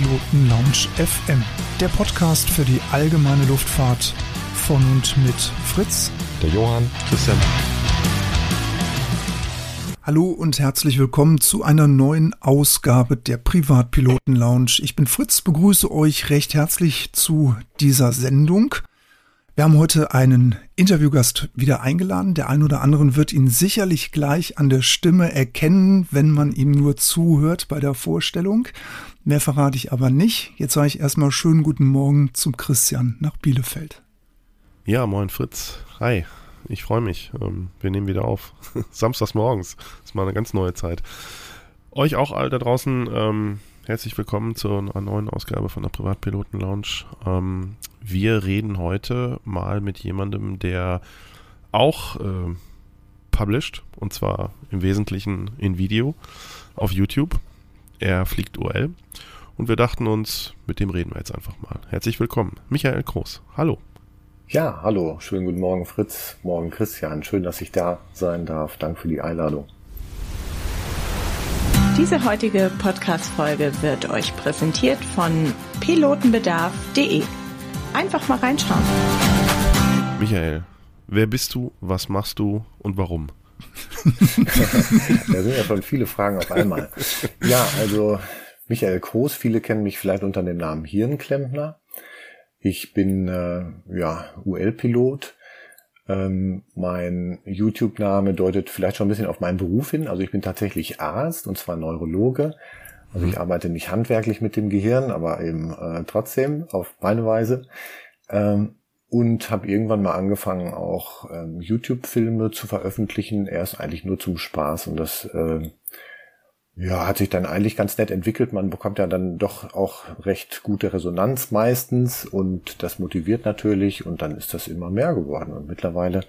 Privatpiloten Lounge FM, der Podcast für die allgemeine Luftfahrt von und mit Fritz, der Johann, Christian. Hallo und herzlich willkommen zu einer neuen Ausgabe der Privatpiloten Lounge. Ich bin Fritz, begrüße euch recht herzlich zu dieser Sendung. Wir haben heute einen Interviewgast wieder eingeladen. Der ein oder andere wird ihn sicherlich gleich an der Stimme erkennen, wenn man ihm nur zuhört bei der Vorstellung. Mehr verrate ich aber nicht. Jetzt sage ich erstmal schönen guten Morgen zum Christian nach Bielefeld. Ja, moin Fritz. Hi, ich freue mich. Wir nehmen wieder auf. Samstags morgens. Das ist mal eine ganz neue Zeit. Euch auch alle da draußen herzlich willkommen zu einer neuen Ausgabe von der Privatpiloten Lounge. Wir reden heute mal mit jemandem, der auch published, und zwar im Wesentlichen in Video auf YouTube. Er fliegt UL und wir dachten uns, mit dem reden wir jetzt einfach mal. Herzlich willkommen, Michael Groß. Hallo. Ja, hallo. Schönen guten Morgen Fritz, morgen Christian. Schön, dass ich da sein darf. Danke für die Einladung. Diese heutige Podcast-Folge wird euch präsentiert von pilotenbedarf.de. Einfach mal reinschauen. Michael, wer bist du, was machst du und warum? Da sind ja schon viele Fragen auf einmal. Ja, also Michael Groß, viele kennen mich vielleicht unter dem Namen Hirnklempner. Ich bin UL-Pilot. Mein YouTube-Name deutet vielleicht schon ein bisschen auf meinen Beruf hin. Also ich bin tatsächlich Arzt, und zwar Neurologe. Also ich arbeite nicht handwerklich mit dem Gehirn, aber eben trotzdem auf meine Weise. Und habe irgendwann mal angefangen, auch YouTube-Filme zu veröffentlichen. Erst eigentlich nur zum Spaß. Und das hat sich dann eigentlich ganz nett entwickelt. Man bekommt ja dann doch auch recht gute Resonanz meistens. Und das motiviert natürlich. Und dann ist das immer mehr geworden. Und mittlerweile,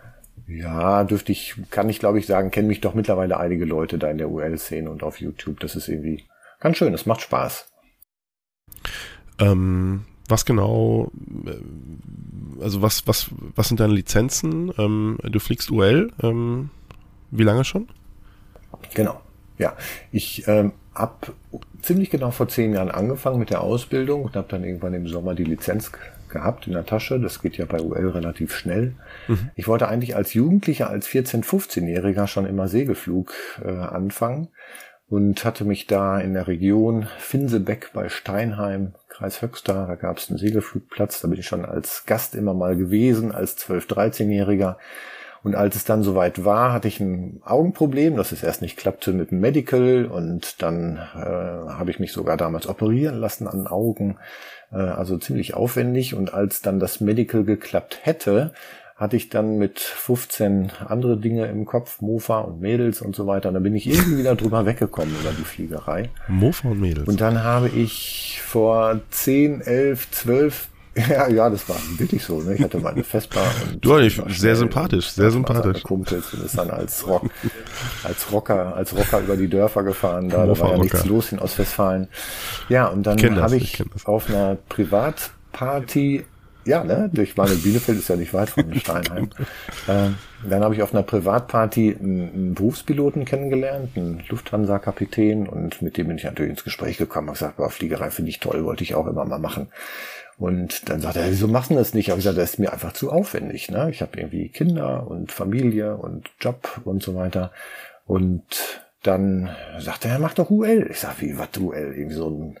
kann ich glaube ich sagen, kennen mich doch mittlerweile einige Leute da in der UL-Szene und auf YouTube. Das ist irgendwie ganz schön, es macht Spaß. Was genau, also was sind deine Lizenzen? Du fliegst UL, wie lange schon? Genau, ja. Ich habe ziemlich genau vor 10 Jahren angefangen mit der Ausbildung und habe dann irgendwann im Sommer die Lizenz gehabt in der Tasche. Das geht ja bei UL relativ schnell. Ich wollte eigentlich als Jugendlicher, als 14-, 15-Jähriger schon immer Segelflug anfangen. Und hatte mich da in der Region Finsebeck bei Steinheim, Kreis Höxter, da gab es einen Segelflugplatz, da bin ich schon als Gast immer mal gewesen, als 12-, 13-Jähriger. Und als es dann soweit war, hatte ich ein Augenproblem, dass es erst nicht klappte mit dem Medical, und dann habe ich mich sogar damals operieren lassen an Augen, also ziemlich aufwendig. Und als dann das Medical geklappt hätte, hatte ich dann mit 15 andere Dinge im Kopf, Mofa und Mädels und so weiter. Und dann bin ich irgendwie wieder drüber weggekommen über die Fliegerei. Mofa und Mädels. Und dann habe ich vor 10, 11, 12, ja, das war wirklich so, ne? Ich hatte meine Vespa und du eigentlich sehr sympathisch, sehr sympathisch. Kumpels und ist dann als Rocker über die Dörfer gefahren. Da war ja nichts los in Ostwestfalen. Ja, und dann habe ich auf einer Privatparty, ich meine, Bielefeld ist ja nicht weit von Steinheim. Dann habe ich auf einer Privatparty einen Berufspiloten kennengelernt, einen Lufthansa-Kapitän, und mit dem bin ich natürlich ins Gespräch gekommen. Ich habe gesagt, Fliegerei finde ich toll, wollte ich auch immer mal machen. Und dann sagte er, wieso machst du das nicht? Ich habe gesagt, das ist mir einfach zu aufwendig. Ne? Ich habe irgendwie Kinder und Familie und Job und so weiter. Und dann sagte er, mach doch UL. Ich sage, wie, was UL? Irgendwie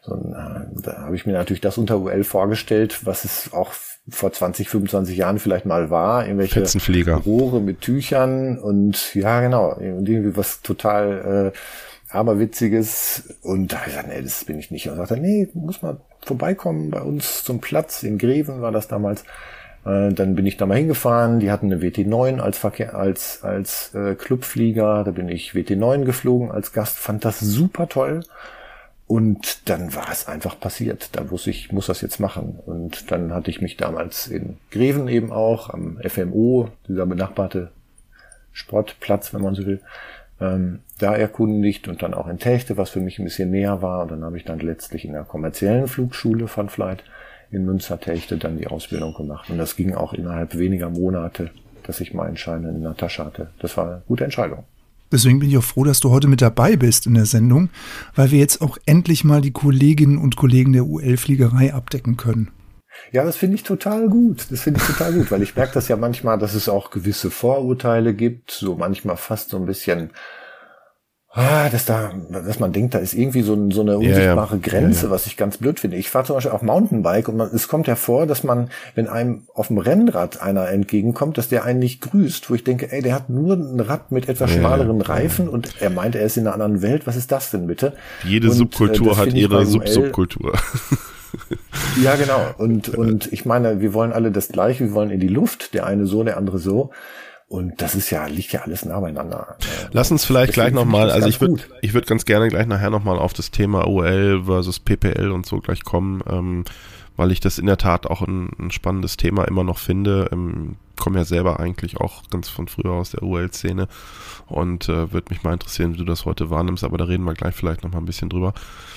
da habe ich mir natürlich das unter UL vorgestellt, was es auch vor 20, 25 Jahren vielleicht mal war. Irgendwelche Rohre mit Tüchern und irgendwie was total Aberwitziges. Und da habe ich gesagt, nee, das bin ich nicht. Und er sagte, nee, muss mal vorbeikommen bei uns zum Platz. In Greven war das damals. Dann bin ich da mal hingefahren. Die hatten eine WT9 als Clubflieger. Da bin ich WT9 geflogen als Gast. Fand das super toll. Und dann war es einfach passiert. Da wusste ich muss das jetzt machen. Und dann hatte ich mich damals in Greven eben auch am FMO, dieser benachbarte Sportplatz, wenn man so will, da erkundigt, und dann auch in Techte, was für mich ein bisschen näher war. Und dann habe ich dann letztlich in der kommerziellen Flugschule von Flight in Münster-Techte dann die Ausbildung gemacht. Und das ging auch innerhalb weniger Monate, dass ich meinen Schein in der Tasche hatte. Das war eine gute Entscheidung. Deswegen bin ich auch froh, dass du heute mit dabei bist in der Sendung, weil wir jetzt auch endlich mal die Kolleginnen und Kollegen der UL-Fliegerei abdecken können. Ja, das finde ich total gut. Weil ich merke das ja manchmal, dass es auch gewisse Vorurteile gibt, so manchmal fast so ein bisschen, dass man denkt, da ist irgendwie so eine unsichtbare Grenze, was ich ganz blöd finde. Ich fahre zum Beispiel auch Mountainbike und es kommt ja vor, dass man, wenn einem auf dem Rennrad einer entgegenkommt, dass der einen nicht grüßt, wo ich denke, der hat nur ein Rad mit etwas schmaleren Reifen und er meint, er ist in einer anderen Welt. Was ist das denn bitte? Jede Subkultur hat ihre Subkultur. Ja, genau. Und ich meine, wir wollen alle das Gleiche, wir wollen in die Luft, der eine so, der andere so. Und das liegt ja alles nah beieinander. Lass uns vielleicht gleich nochmal, also ich würde ganz gerne gleich nachher nochmal auf das Thema OL versus PPL und so gleich kommen, weil ich das in der Tat auch ein spannendes Thema immer noch finde. Komme ja selber eigentlich auch ganz von früher aus der OL-Szene und würde mich mal interessieren, wie du das heute wahrnimmst, aber da reden wir gleich vielleicht nochmal ein bisschen drüber.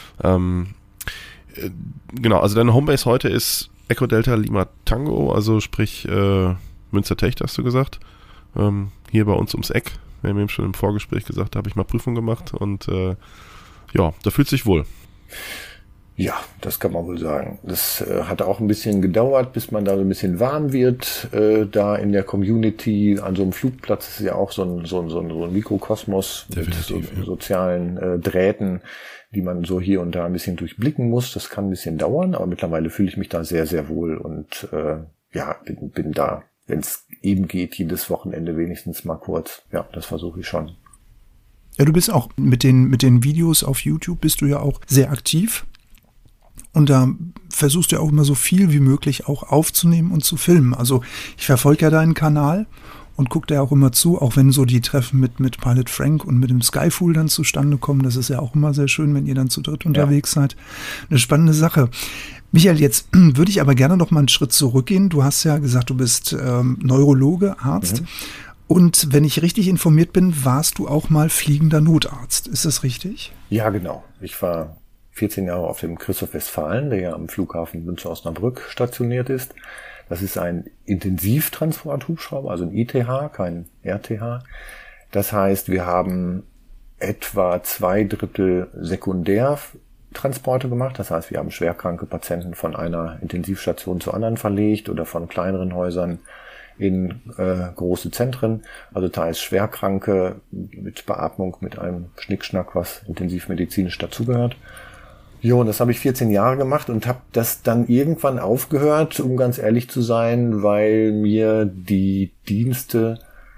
Genau, also deine Homebase heute ist Echo Delta Lima Tango, also sprich Münster-Techt, hast du gesagt. Hier bei uns ums Eck. Wir haben eben schon im Vorgespräch gesagt, da habe ich mal Prüfung gemacht und da fühlt sich wohl. Ja, das kann man wohl sagen. Das hat auch ein bisschen gedauert, bis man da so ein bisschen warm wird. Da in der Community, an so einem Flugplatz ist ja auch so ein Mikrokosmos mit sozialen Drähten, die man so hier und da ein bisschen durchblicken muss. Das kann ein bisschen dauern, aber mittlerweile fühle ich mich da sehr, sehr wohl und bin da, wenn es eben geht, jedes Wochenende wenigstens mal kurz. Ja, das versuche ich schon. Ja, du bist auch mit den Videos auf YouTube bist du ja auch sehr aktiv. Und da versuchst du ja auch immer so viel wie möglich auch aufzunehmen und zu filmen. Also ich verfolge ja deinen Kanal und gucke da auch immer zu, auch wenn so die Treffen mit Pilot Frank und mit dem Skyfool dann zustande kommen. Das ist ja auch immer sehr schön, wenn ihr dann zu dritt unterwegs seid. Eine spannende Sache. Michael, jetzt würde ich aber gerne noch mal einen Schritt zurückgehen. Du hast ja gesagt, du bist Neurologe, Arzt. Mhm. Und wenn ich richtig informiert bin, warst du auch mal fliegender Notarzt. Ist das richtig? Ja, genau. Ich war 14 Jahre auf dem Christoph Westphalen, der ja am Flughafen Münster-Osnabrück stationiert ist. Das ist ein Intensivtransport-Hubschrauber, also ein ITH, kein RTH. Das heißt, wir haben etwa 2/3 Sekundärtransporte gemacht. Das heißt, wir haben schwerkranke Patienten von einer Intensivstation zur anderen verlegt oder von kleineren Häusern in große Zentren. Also teils Schwerkranke mit Beatmung, mit einem Schnickschnack, was intensivmedizinisch dazugehört. Jo, und das habe ich 14 Jahre gemacht und habe das dann irgendwann aufgehört, um ganz ehrlich zu sein, weil mir die Dienste,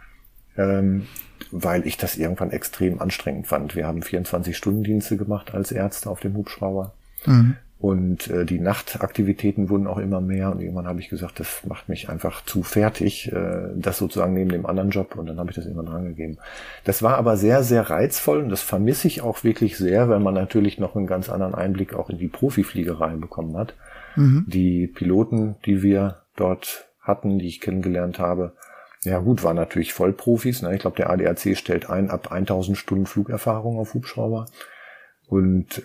weil ich das irgendwann extrem anstrengend fand. Wir haben 24-Stunden-Dienste gemacht als Ärzte auf dem Hubschrauber. Mhm. Und die Nachtaktivitäten wurden auch immer mehr. Und irgendwann habe ich gesagt, das macht mich einfach zu fertig, das sozusagen neben dem anderen Job. Und dann habe ich das irgendwann rangegeben. Das war aber sehr, sehr reizvoll und das vermisse ich auch wirklich sehr, weil man natürlich noch einen ganz anderen Einblick auch in die Profifliegerei bekommen hat. Mhm. Die Piloten, die wir dort hatten, die ich kennengelernt habe, ja gut, waren natürlich Vollprofis. Ne? Ich glaube, der ADAC stellt ein ab 1000 Stunden Flugerfahrung auf Hubschrauber. Und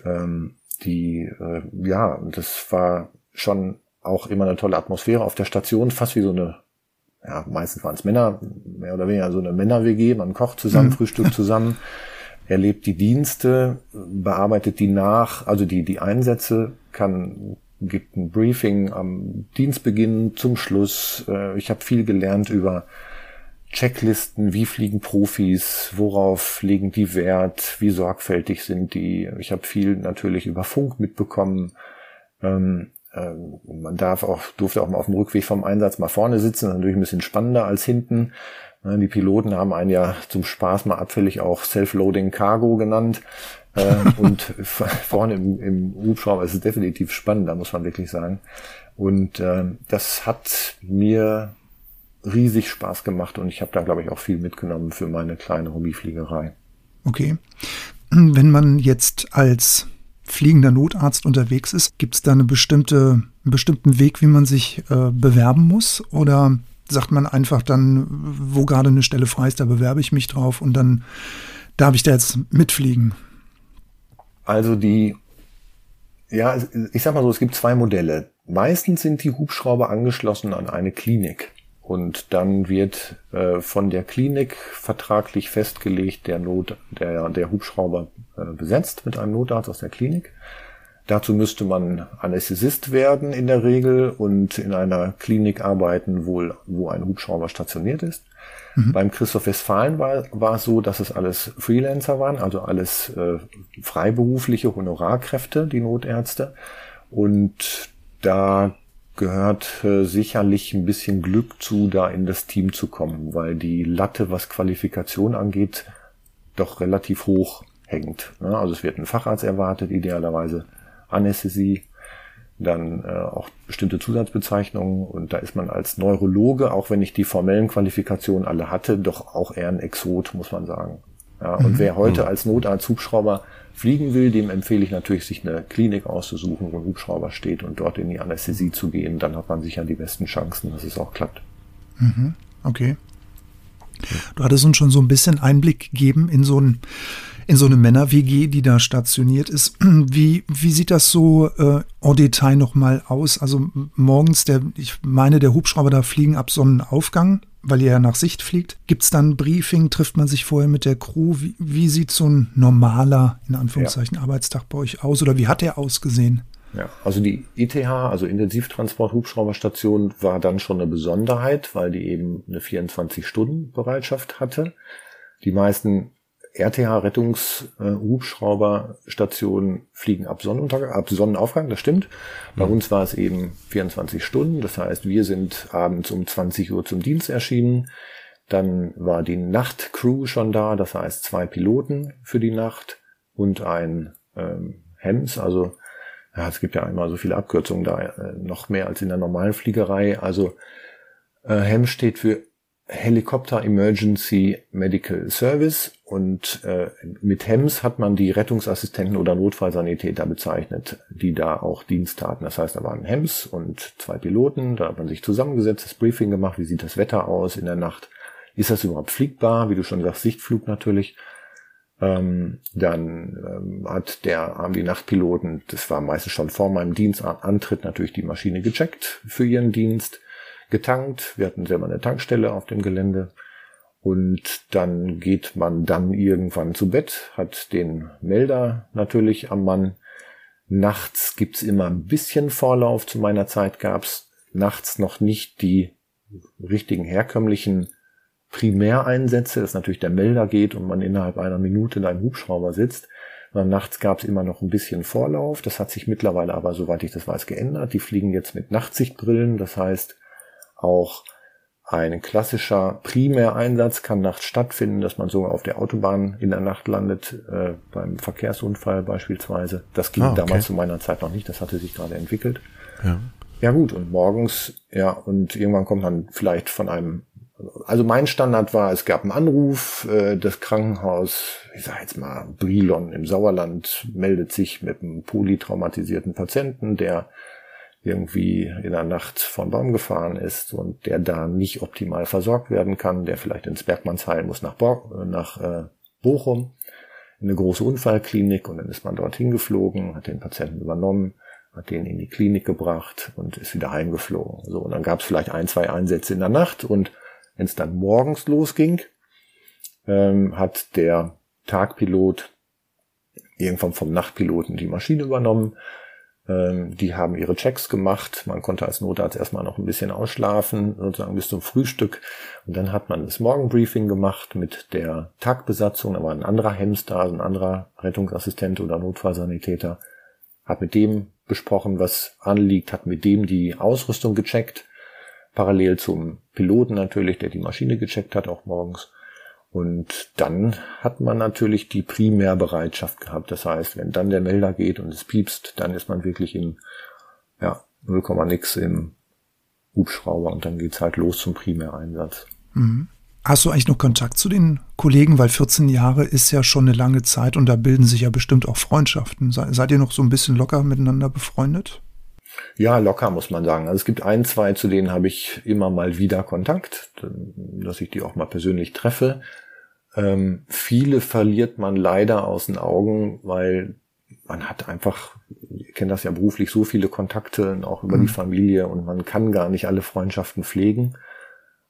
das war schon auch immer eine tolle Atmosphäre auf der Station, fast wie so eine, ja, meistens waren es Männer, mehr oder weniger so eine Männer-WG, man kocht zusammen, frühstückt zusammen, erlebt die Dienste, bearbeitet die nach, also die Einsätze, gibt ein Briefing am Dienstbeginn zum Schluss. Ich habe viel gelernt über Checklisten, wie fliegen Profis, worauf legen die Wert, wie sorgfältig sind die. Ich habe viel natürlich über Funk mitbekommen. Man durfte auch mal auf dem Rückweg vom Einsatz mal vorne sitzen, das ist natürlich ein bisschen spannender als hinten. Die Piloten haben einen ja zum Spaß mal abfällig auch Self-Loading Cargo genannt. Und vorne im Hubschrauber ist es definitiv spannender, muss man wirklich sagen. Und das hat mir riesig Spaß gemacht und ich habe da, glaube ich, auch viel mitgenommen für meine kleine Hobbyfliegerei. Okay. Wenn man jetzt als fliegender Notarzt unterwegs ist, gibt es da einen bestimmten Weg, wie man sich bewerben muss? Oder sagt man einfach dann, wo gerade eine Stelle frei ist, da bewerbe ich mich drauf und dann darf ich da jetzt mitfliegen? Also ich sag mal so, es gibt 2 Modelle. Meistens sind die Hubschrauber angeschlossen an eine Klinik. Und dann wird von der Klinik vertraglich festgelegt, der Hubschrauber besetzt mit einem Notarzt aus der Klinik. Dazu müsste man Anästhesist werden in der Regel und in einer Klinik arbeiten, wo ein Hubschrauber stationiert ist. Beim Christoph Westphalen war es so, dass es alles Freelancer waren, also alles freiberufliche Honorarkräfte, die Notärzte. Und da gehört sicherlich ein bisschen Glück zu, da in das Team zu kommen, weil die Latte, was Qualifikation angeht, doch relativ hoch hängt. Also es wird ein Facharzt erwartet, idealerweise Anästhesie, dann auch bestimmte Zusatzbezeichnungen, und da ist man als Neurologe, auch wenn ich die formellen Qualifikationen alle hatte, doch auch eher ein Exot, muss man sagen. Ja, und wer heute als Notarzt-Hubschrauber fliegen will, dem empfehle ich natürlich, sich eine Klinik auszusuchen, wo ein Hubschrauber steht, und dort in die Anästhesie zu gehen. Dann hat man sicher die besten Chancen, dass es auch klappt. Okay. Du hattest uns schon so ein bisschen Einblick gegeben in so eine Männer-WG, die da stationiert ist. Wie sieht das so en Detail nochmal aus? Also morgens, ich meine, der Hubschrauber da fliegen ab Sonnenaufgang, weil ihr ja nach Sicht fliegt. Gibt es dann ein Briefing? Trifft man sich vorher mit der Crew? Wie sieht so ein normaler, in Anführungszeichen, Arbeitstag bei euch aus? Oder wie hat der ausgesehen? Ja, also die ITH, also Intensivtransport-Hubschrauberstation, war dann schon eine Besonderheit, weil die eben eine 24-Stunden-Bereitschaft hatte. Die meisten RTH-Rettungs-Hubschrauberstationen fliegen ab Sonnenaufgang, das stimmt. Bei uns war es eben 24 Stunden, das heißt, wir sind abends um 20 Uhr zum Dienst erschienen. Dann war die Nachtcrew schon da, das heißt 2 Piloten für die Nacht und ein HEMS, also es gibt ja einmal so viele Abkürzungen da, noch mehr als in der normalen Fliegerei. Also HEMS steht für Helicopter Emergency Medical Service, und mit HEMS hat man die Rettungsassistenten oder Notfallsanitäter bezeichnet, die da auch Dienst taten. Das heißt, da waren HEMS und 2 Piloten, da hat man sich zusammengesetzt, das Briefing gemacht, wie sieht das Wetter aus in der Nacht, ist das überhaupt fliegbar, wie du schon sagst, Sichtflug natürlich. Dann haben die Nachtpiloten, das war meistens schon vor meinem Dienstantritt, natürlich die Maschine gecheckt für ihren Dienst, getankt. Wir hatten selber eine Tankstelle auf dem Gelände, und dann geht man dann irgendwann zu Bett, hat den Melder natürlich am Mann. Nachts gibt's immer ein bisschen Vorlauf. Zu meiner Zeit gab's nachts noch nicht die richtigen herkömmlichen Primäreinsätze, dass natürlich der Melder geht und man innerhalb einer Minute in einem Hubschrauber sitzt. Und nachts gab es immer noch ein bisschen Vorlauf. Das hat sich mittlerweile aber, soweit ich das weiß, geändert. Die fliegen jetzt mit Nachtsichtbrillen. Das heißt, auch ein klassischer Primäreinsatz kann nachts stattfinden, dass man sogar auf der Autobahn in der Nacht landet, beim Verkehrsunfall beispielsweise. Das ging damals zu meiner Zeit noch nicht. Das hatte sich gerade entwickelt. Ja gut, und morgens, und irgendwann kommt dann vielleicht von einem, also mein Standard war, es gab einen Anruf, das Krankenhaus, ich sage jetzt mal Brilon im Sauerland, meldet sich mit einem polytraumatisierten Patienten, der irgendwie in der Nacht vom Baum gefahren ist und der da nicht optimal versorgt werden kann, der vielleicht ins Bergmannsheil muss nach Bochum, in eine große Unfallklinik, und dann ist man dorthin geflogen, hat den Patienten übernommen, hat den in die Klinik gebracht und ist wieder heimgeflogen. So, und dann gab es vielleicht 1, 2 Einsätze in der Nacht, und wenn es dann morgens losging, hat der Tagpilot irgendwann vom Nachtpiloten die Maschine übernommen. Die haben ihre Checks gemacht. Man konnte als Notarzt erstmal noch ein bisschen ausschlafen, sozusagen bis zum Frühstück. Und dann hat man das Morgenbriefing gemacht mit der Tagbesatzung. Da war ein anderer HEMS da, ein anderer Rettungsassistent oder Notfallsanitäter. Hat mit dem besprochen, was anliegt, hat mit dem die Ausrüstung gecheckt. Parallel zum Piloten natürlich, der die Maschine gecheckt hat, auch morgens. Und dann hat man natürlich die Primärbereitschaft gehabt. Das heißt, wenn dann der Melder geht und es piepst, dann ist man wirklich in 0, nix im Hubschrauber, und dann geht's halt los zum Primäreinsatz. Hast du eigentlich noch Kontakt zu den Kollegen? Weil 14 Jahre ist ja schon eine lange Zeit, und da bilden sich ja bestimmt auch Freundschaften. Seid ihr noch so ein bisschen locker miteinander befreundet? Ja, locker muss man sagen. Also es gibt 1, 2, zu denen habe ich immer mal wieder Kontakt, dass ich die auch mal persönlich treffe. Viele verliert man leider aus den Augen, weil man hat einfach, ich kenne das ja beruflich, so viele Kontakte, auch über die Familie, und man kann gar nicht alle Freundschaften pflegen.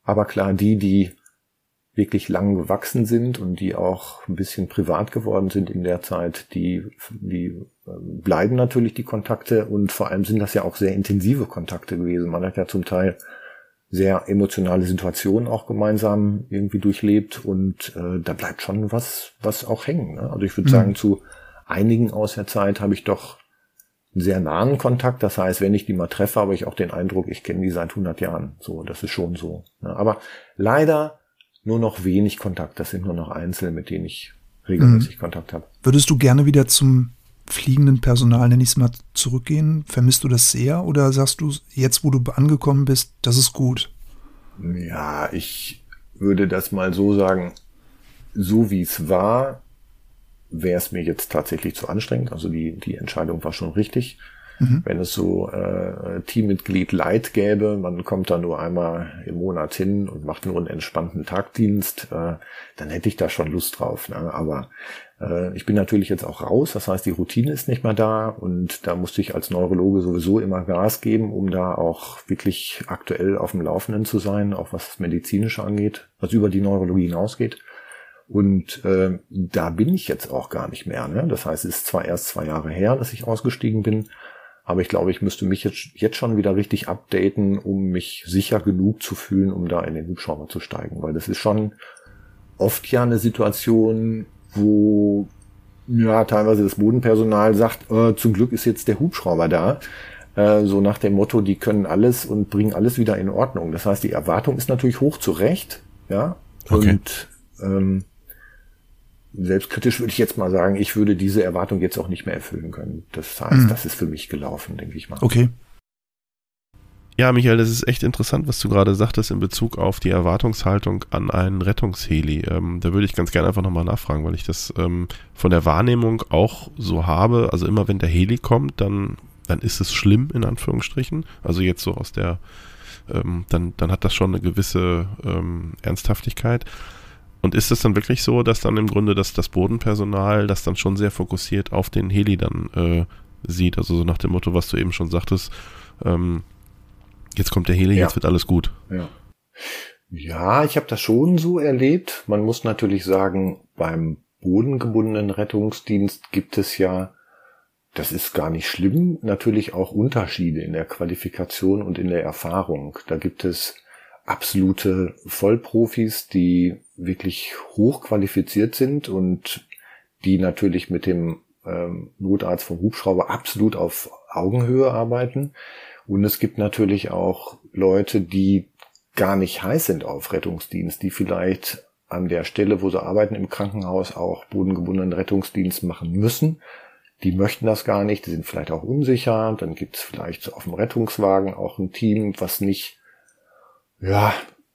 Aber klar, die wirklich lang gewachsen sind und die auch ein bisschen privat geworden sind in der Zeit, die bleiben natürlich die Kontakte und vor allem sind das ja auch sehr intensive Kontakte gewesen. Man hat ja zum Teil sehr emotionale Situationen auch gemeinsam irgendwie durchlebt und da bleibt schon was auch hängen. Ne? Also ich würde sagen, zu einigen aus der Zeit habe ich doch einen sehr nahen Kontakt. Das heißt, wenn ich die mal treffe, habe ich auch den Eindruck, ich kenne die seit 100 Jahren. So, das ist schon so. Ne? Aber leider nur noch wenig Kontakt. Das sind nur noch Einzelne, mit denen ich regelmäßig Kontakt habe. Würdest du gerne wieder zum fliegenden Personal, nenne ich es mal, zurückgehen? Vermisst du das sehr oder sagst du, jetzt wo du angekommen bist, das ist gut? Ja, ich würde das mal so sagen, so wie es war, wäre es mir jetzt tatsächlich zu anstrengend. Also die Entscheidung war schon richtig. Wenn es so Teammitglied Light gäbe, man kommt da nur einmal im Monat hin und macht nur einen entspannten Tagdienst, dann hätte ich da schon Lust drauf. Ne? Aber ich bin natürlich jetzt auch raus, das heißt, die Routine ist nicht mehr da und da musste ich als Neurologe sowieso immer Gas geben, um da auch wirklich aktuell auf dem Laufenden zu sein, auch was das Medizinische angeht, was über die Neurologie hinausgeht. Und da bin ich jetzt auch gar nicht mehr. Ne? Das heißt, es ist zwar erst 2 Jahre her, dass ich ausgestiegen bin, aber ich glaube, ich müsste mich jetzt schon wieder richtig updaten, um mich sicher genug zu fühlen, um da in den Hubschrauber zu steigen. Weil das ist schon oft ja eine Situation, wo ja teilweise das Bodenpersonal sagt, zum Glück ist jetzt der Hubschrauber da. So nach dem Motto, die können alles und bringen alles wieder in Ordnung. Das heißt, die Erwartung ist natürlich hoch zu Recht. Ja. Okay. Und selbstkritisch würde ich jetzt mal sagen, ich würde diese Erwartung jetzt auch nicht mehr erfüllen können. Das heißt, das ist für mich gelaufen, denke ich mal. Okay. Ja, Michael, das ist echt interessant, was du gerade sagtest in Bezug auf die Erwartungshaltung an einen Rettungsheli. Da würde ich ganz gerne einfach nochmal nachfragen, weil ich das von der Wahrnehmung auch so habe. Also immer wenn der Heli kommt, dann ist es schlimm, in Anführungsstrichen. Also jetzt so aus der, dann hat das schon eine gewisse Ernsthaftigkeit. Und ist es dann wirklich so, dass dann im Grunde das Bodenpersonal das dann schon sehr fokussiert auf den Heli dann sieht? Also so nach dem Motto, was du eben schon sagtest, jetzt kommt der Heli, jetzt wird alles gut. Ja, ich habe das schon so erlebt. Man muss natürlich sagen, beim bodengebundenen Rettungsdienst gibt es ja, das ist gar nicht schlimm, natürlich auch Unterschiede in der Qualifikation und in der Erfahrung. Da gibt es absolute Vollprofis, die wirklich hochqualifiziert sind und die natürlich mit dem Notarzt vom Hubschrauber absolut auf Augenhöhe arbeiten. Und es gibt natürlich auch Leute, die gar nicht heiß sind auf Rettungsdienst, die vielleicht an der Stelle, wo sie arbeiten im Krankenhaus, auch bodengebundenen Rettungsdienst machen müssen. Die möchten das gar nicht, die sind vielleicht auch unsicher. Dann gibt es vielleicht auf dem Rettungswagen auch ein Team, was nicht, ja,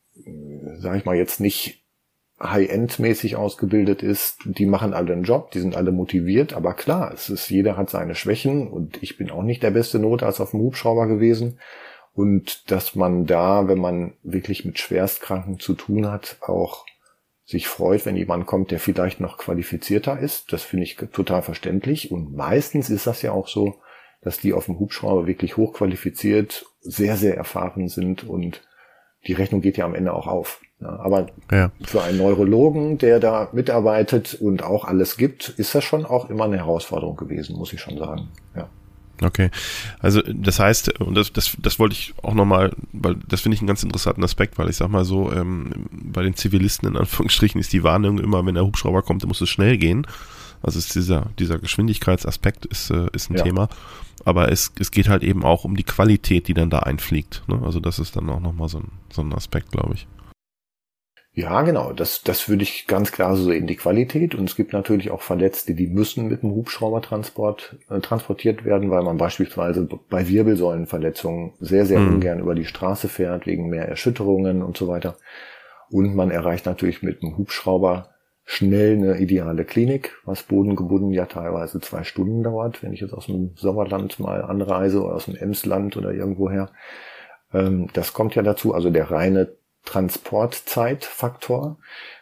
sag ich mal jetzt nicht High-End-mäßig ausgebildet ist. Die machen alle einen Job, die sind alle motiviert, aber klar, jeder hat seine Schwächen und ich bin auch nicht der beste Notarzt auf dem Hubschrauber gewesen. Und dass man da, wenn man wirklich mit Schwerstkranken zu tun hat, auch sich freut, wenn jemand kommt, der vielleicht noch qualifizierter ist, das finde ich total verständlich. Und meistens ist das ja auch so, dass die auf dem Hubschrauber wirklich hochqualifiziert, sehr, sehr erfahren sind und die Rechnung geht ja am Ende auch auf. Ja, aber für einen Neurologen, der da mitarbeitet und auch alles gibt, ist das schon auch immer eine Herausforderung gewesen, muss ich schon sagen. Ja. Okay, also das heißt, und das wollte ich auch nochmal, weil das finde ich einen ganz interessanten Aspekt, weil ich sag mal so, bei den Zivilisten in Anführungsstrichen ist die Warnung immer, wenn der Hubschrauber kommt, dann muss es schnell gehen. Also ist dieser Geschwindigkeitsaspekt ist ein Thema, aber es geht halt eben auch um die Qualität, die dann da einfliegt. Ne? Also das ist dann auch nochmal so ein Aspekt, glaube ich. Ja, genau, das würde ich ganz klar so sehen, die Qualität. Und es gibt natürlich auch Verletzte, die müssen mit dem Hubschrauber transportiert werden, weil man beispielsweise bei Wirbelsäulenverletzungen sehr, sehr ungern über die Straße fährt, wegen mehr Erschütterungen und so weiter. Und man erreicht natürlich mit dem Hubschrauber schnell eine ideale Klinik, was bodengebunden ja teilweise 2 Stunden dauert, wenn ich jetzt aus dem Sauerland mal anreise oder aus dem Emsland oder irgendwoher. Das kommt ja dazu, also der reine Transportzeitfaktor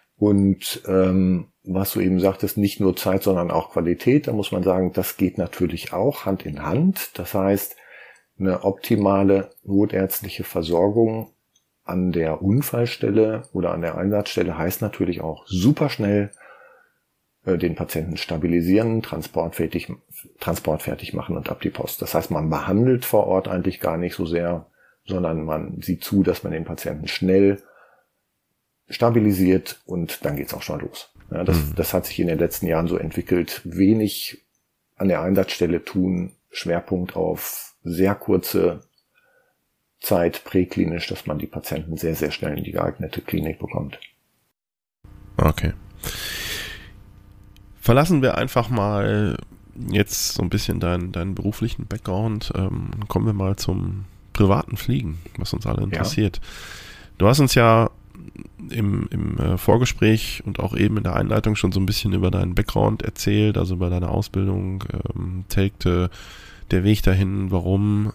und was du eben sagtest, nicht nur Zeit, sondern auch Qualität, da muss man sagen, das geht natürlich auch Hand in Hand. Das heißt, eine optimale notärztliche Versorgung an der Unfallstelle oder an der Einsatzstelle heißt natürlich auch super schnell den Patienten stabilisieren, transportfertig machen und ab die Post. Das heißt, man behandelt vor Ort eigentlich gar nicht so sehr, sondern man sieht zu, dass man den Patienten schnell stabilisiert und dann geht's auch schon los. Ja, das hat sich in den letzten Jahren so entwickelt. Wenig an der Einsatzstelle tun, Schwerpunkt auf sehr kurze Zeit präklinisch, dass man die Patienten sehr, sehr schnell in die geeignete Klinik bekommt. Okay. Verlassen wir einfach mal jetzt so ein bisschen deinen beruflichen Background. Kommen wir mal zum privaten Fliegen, was uns alle interessiert. Ja. Du hast uns ja im Vorgespräch und auch eben in der Einleitung schon so ein bisschen über deinen Background erzählt, also über deine Ausbildung, der Weg dahin, warum.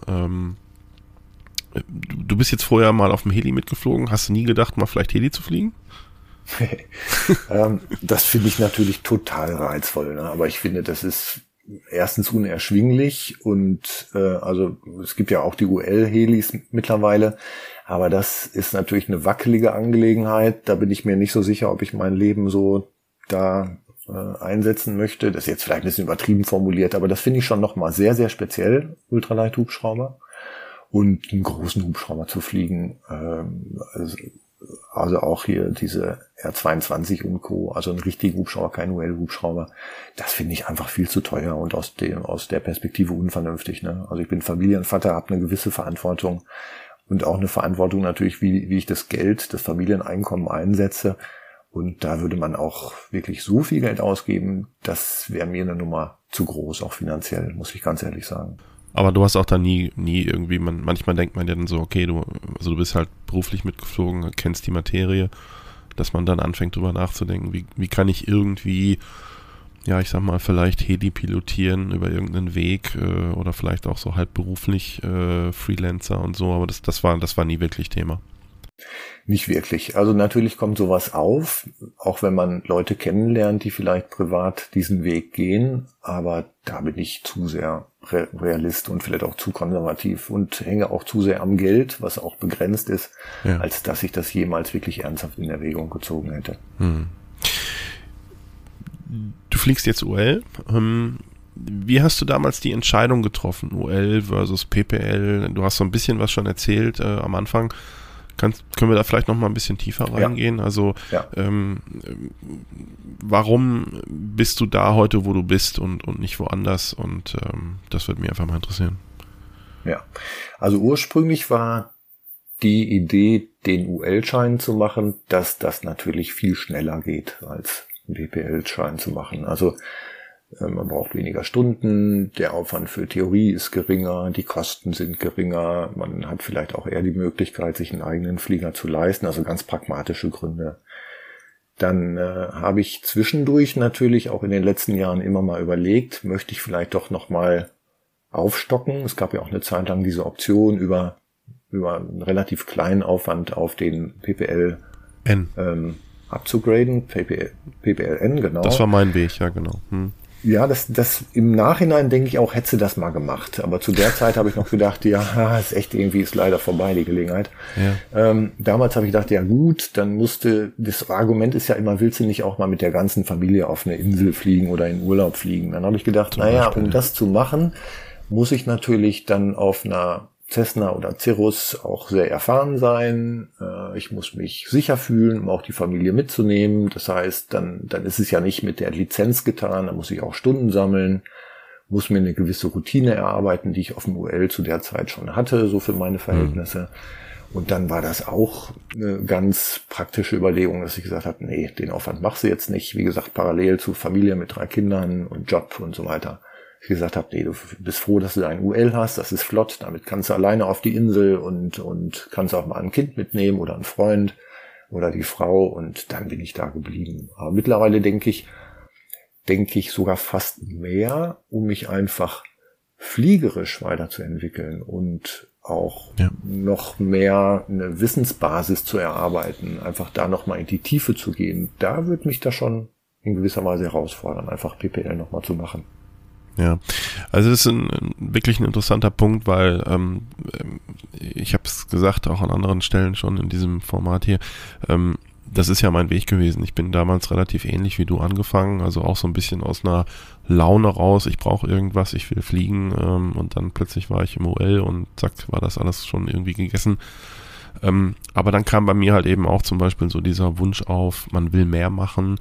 Du bist jetzt vorher mal auf dem Heli mitgeflogen. Hast du nie gedacht, mal vielleicht Heli zu fliegen? Das finde ich natürlich total reizvoll, ne? Aber ich finde, das ist erstens unerschwinglich und also es gibt ja auch die UL-Helis mittlerweile, aber das ist natürlich eine wackelige Angelegenheit. Da bin ich mir nicht so sicher, ob ich mein Leben so da einsetzen möchte. Das ist jetzt vielleicht ein bisschen übertrieben formuliert, aber das finde ich schon nochmal sehr, sehr speziell, Ultraleicht-Hubschrauber. Und einen großen Hubschrauber zu fliegen, also auch hier diese R22 und Co., also ein richtiger Hubschrauber, kein UL-Hubschrauber, das finde ich einfach viel zu teuer und aus der Perspektive unvernünftig, ne? Also ich bin Familienvater, habe eine gewisse Verantwortung und auch eine Verantwortung natürlich, wie ich das Geld, das Familieneinkommen einsetze. Und da würde man auch wirklich so viel Geld ausgeben, das wäre mir eine Nummer zu groß, auch finanziell, muss ich ganz ehrlich sagen. Aber du hast auch da nie irgendwie, manchmal denkt man ja dann so, okay, du bist halt beruflich mitgeflogen, kennst die Materie, dass man dann anfängt drüber nachzudenken, wie kann ich irgendwie, ja, ich sag mal, vielleicht Heli pilotieren über irgendeinen Weg oder vielleicht auch so halb beruflich Freelancer und so, aber das war nie wirklich Thema. Nicht wirklich. Also natürlich kommt sowas auf, auch wenn man Leute kennenlernt, die vielleicht privat diesen Weg gehen, aber da bin ich zu sehr Realist und vielleicht auch zu konservativ und hänge auch zu sehr am Geld, was auch begrenzt ist, als dass ich das jemals wirklich ernsthaft in Erwägung gezogen hätte. Du fliegst jetzt UL. Wie hast du damals die Entscheidung getroffen, UL versus PPL? Du hast so ein bisschen was schon erzählt am Anfang. Können wir da vielleicht noch mal ein bisschen tiefer reingehen? Also warum bist du da heute, wo du bist und nicht woanders? Und das würde mich einfach mal interessieren. Ja, also ursprünglich war die Idee, den UL-Schein zu machen, dass das natürlich viel schneller geht, als einen PPL-Schein zu machen. Also man braucht weniger Stunden, der Aufwand für Theorie ist geringer, die Kosten sind geringer, man hat vielleicht auch eher die Möglichkeit, sich einen eigenen Flieger zu leisten, also ganz pragmatische Gründe. Dann habe ich zwischendurch natürlich auch in den letzten Jahren immer mal überlegt, möchte ich vielleicht doch nochmal aufstocken. Es gab ja auch eine Zeit lang diese Option, über einen relativ kleinen Aufwand auf den PPL abzugraden, PPLN, genau. Das war mein Weg, ja genau. Ja, das im Nachhinein denke ich auch, hätte sie das mal gemacht. Aber zu der Zeit habe ich noch gedacht, ja, ist leider vorbei, die Gelegenheit. Ja. Damals habe ich gedacht, ja gut, dann das Argument ist ja immer, willst du nicht auch mal mit der ganzen Familie auf eine Insel fliegen oder in Urlaub fliegen? Dann habe ich gedacht, um das zu machen, muss ich natürlich dann auf einer Cessna oder Cirrus auch sehr erfahren sein. Ich muss mich sicher fühlen, um auch die Familie mitzunehmen. Das heißt, dann ist es ja nicht mit der Lizenz getan. Da muss ich auch Stunden sammeln, muss mir eine gewisse Routine erarbeiten, die ich auf dem UL zu der Zeit schon hatte, so für meine Verhältnisse. Und dann war das auch eine ganz praktische Überlegung, dass ich gesagt habe, nee, den Aufwand machst du jetzt nicht. Wie gesagt, parallel zu Familie mit 3 Kindern und Job und so weiter. Ich gesagt habe, nee, du bist froh, dass du dein UL hast, das ist flott, damit kannst du alleine auf die Insel und kannst auch mal ein Kind mitnehmen oder einen Freund oder die Frau und dann bin ich da geblieben. Aber mittlerweile denke ich sogar fast mehr, um mich einfach fliegerisch weiterzuentwickeln und auch noch mehr eine Wissensbasis zu erarbeiten, einfach da nochmal in die Tiefe zu gehen. Da würde mich das schon in gewisser Weise herausfordern, einfach PPL nochmal zu machen. Ja, also das ist wirklich ein interessanter Punkt, weil ich habe es gesagt, auch an anderen Stellen schon in diesem Format hier, das ist ja mein Weg gewesen. Ich bin damals relativ ähnlich wie du angefangen, also auch so ein bisschen aus einer Laune raus, ich brauche irgendwas, ich will fliegen und dann plötzlich war ich im UL und zack, war das alles schon irgendwie gegessen. Aber dann kam bei mir halt eben auch zum Beispiel so dieser Wunsch auf, man will mehr machen,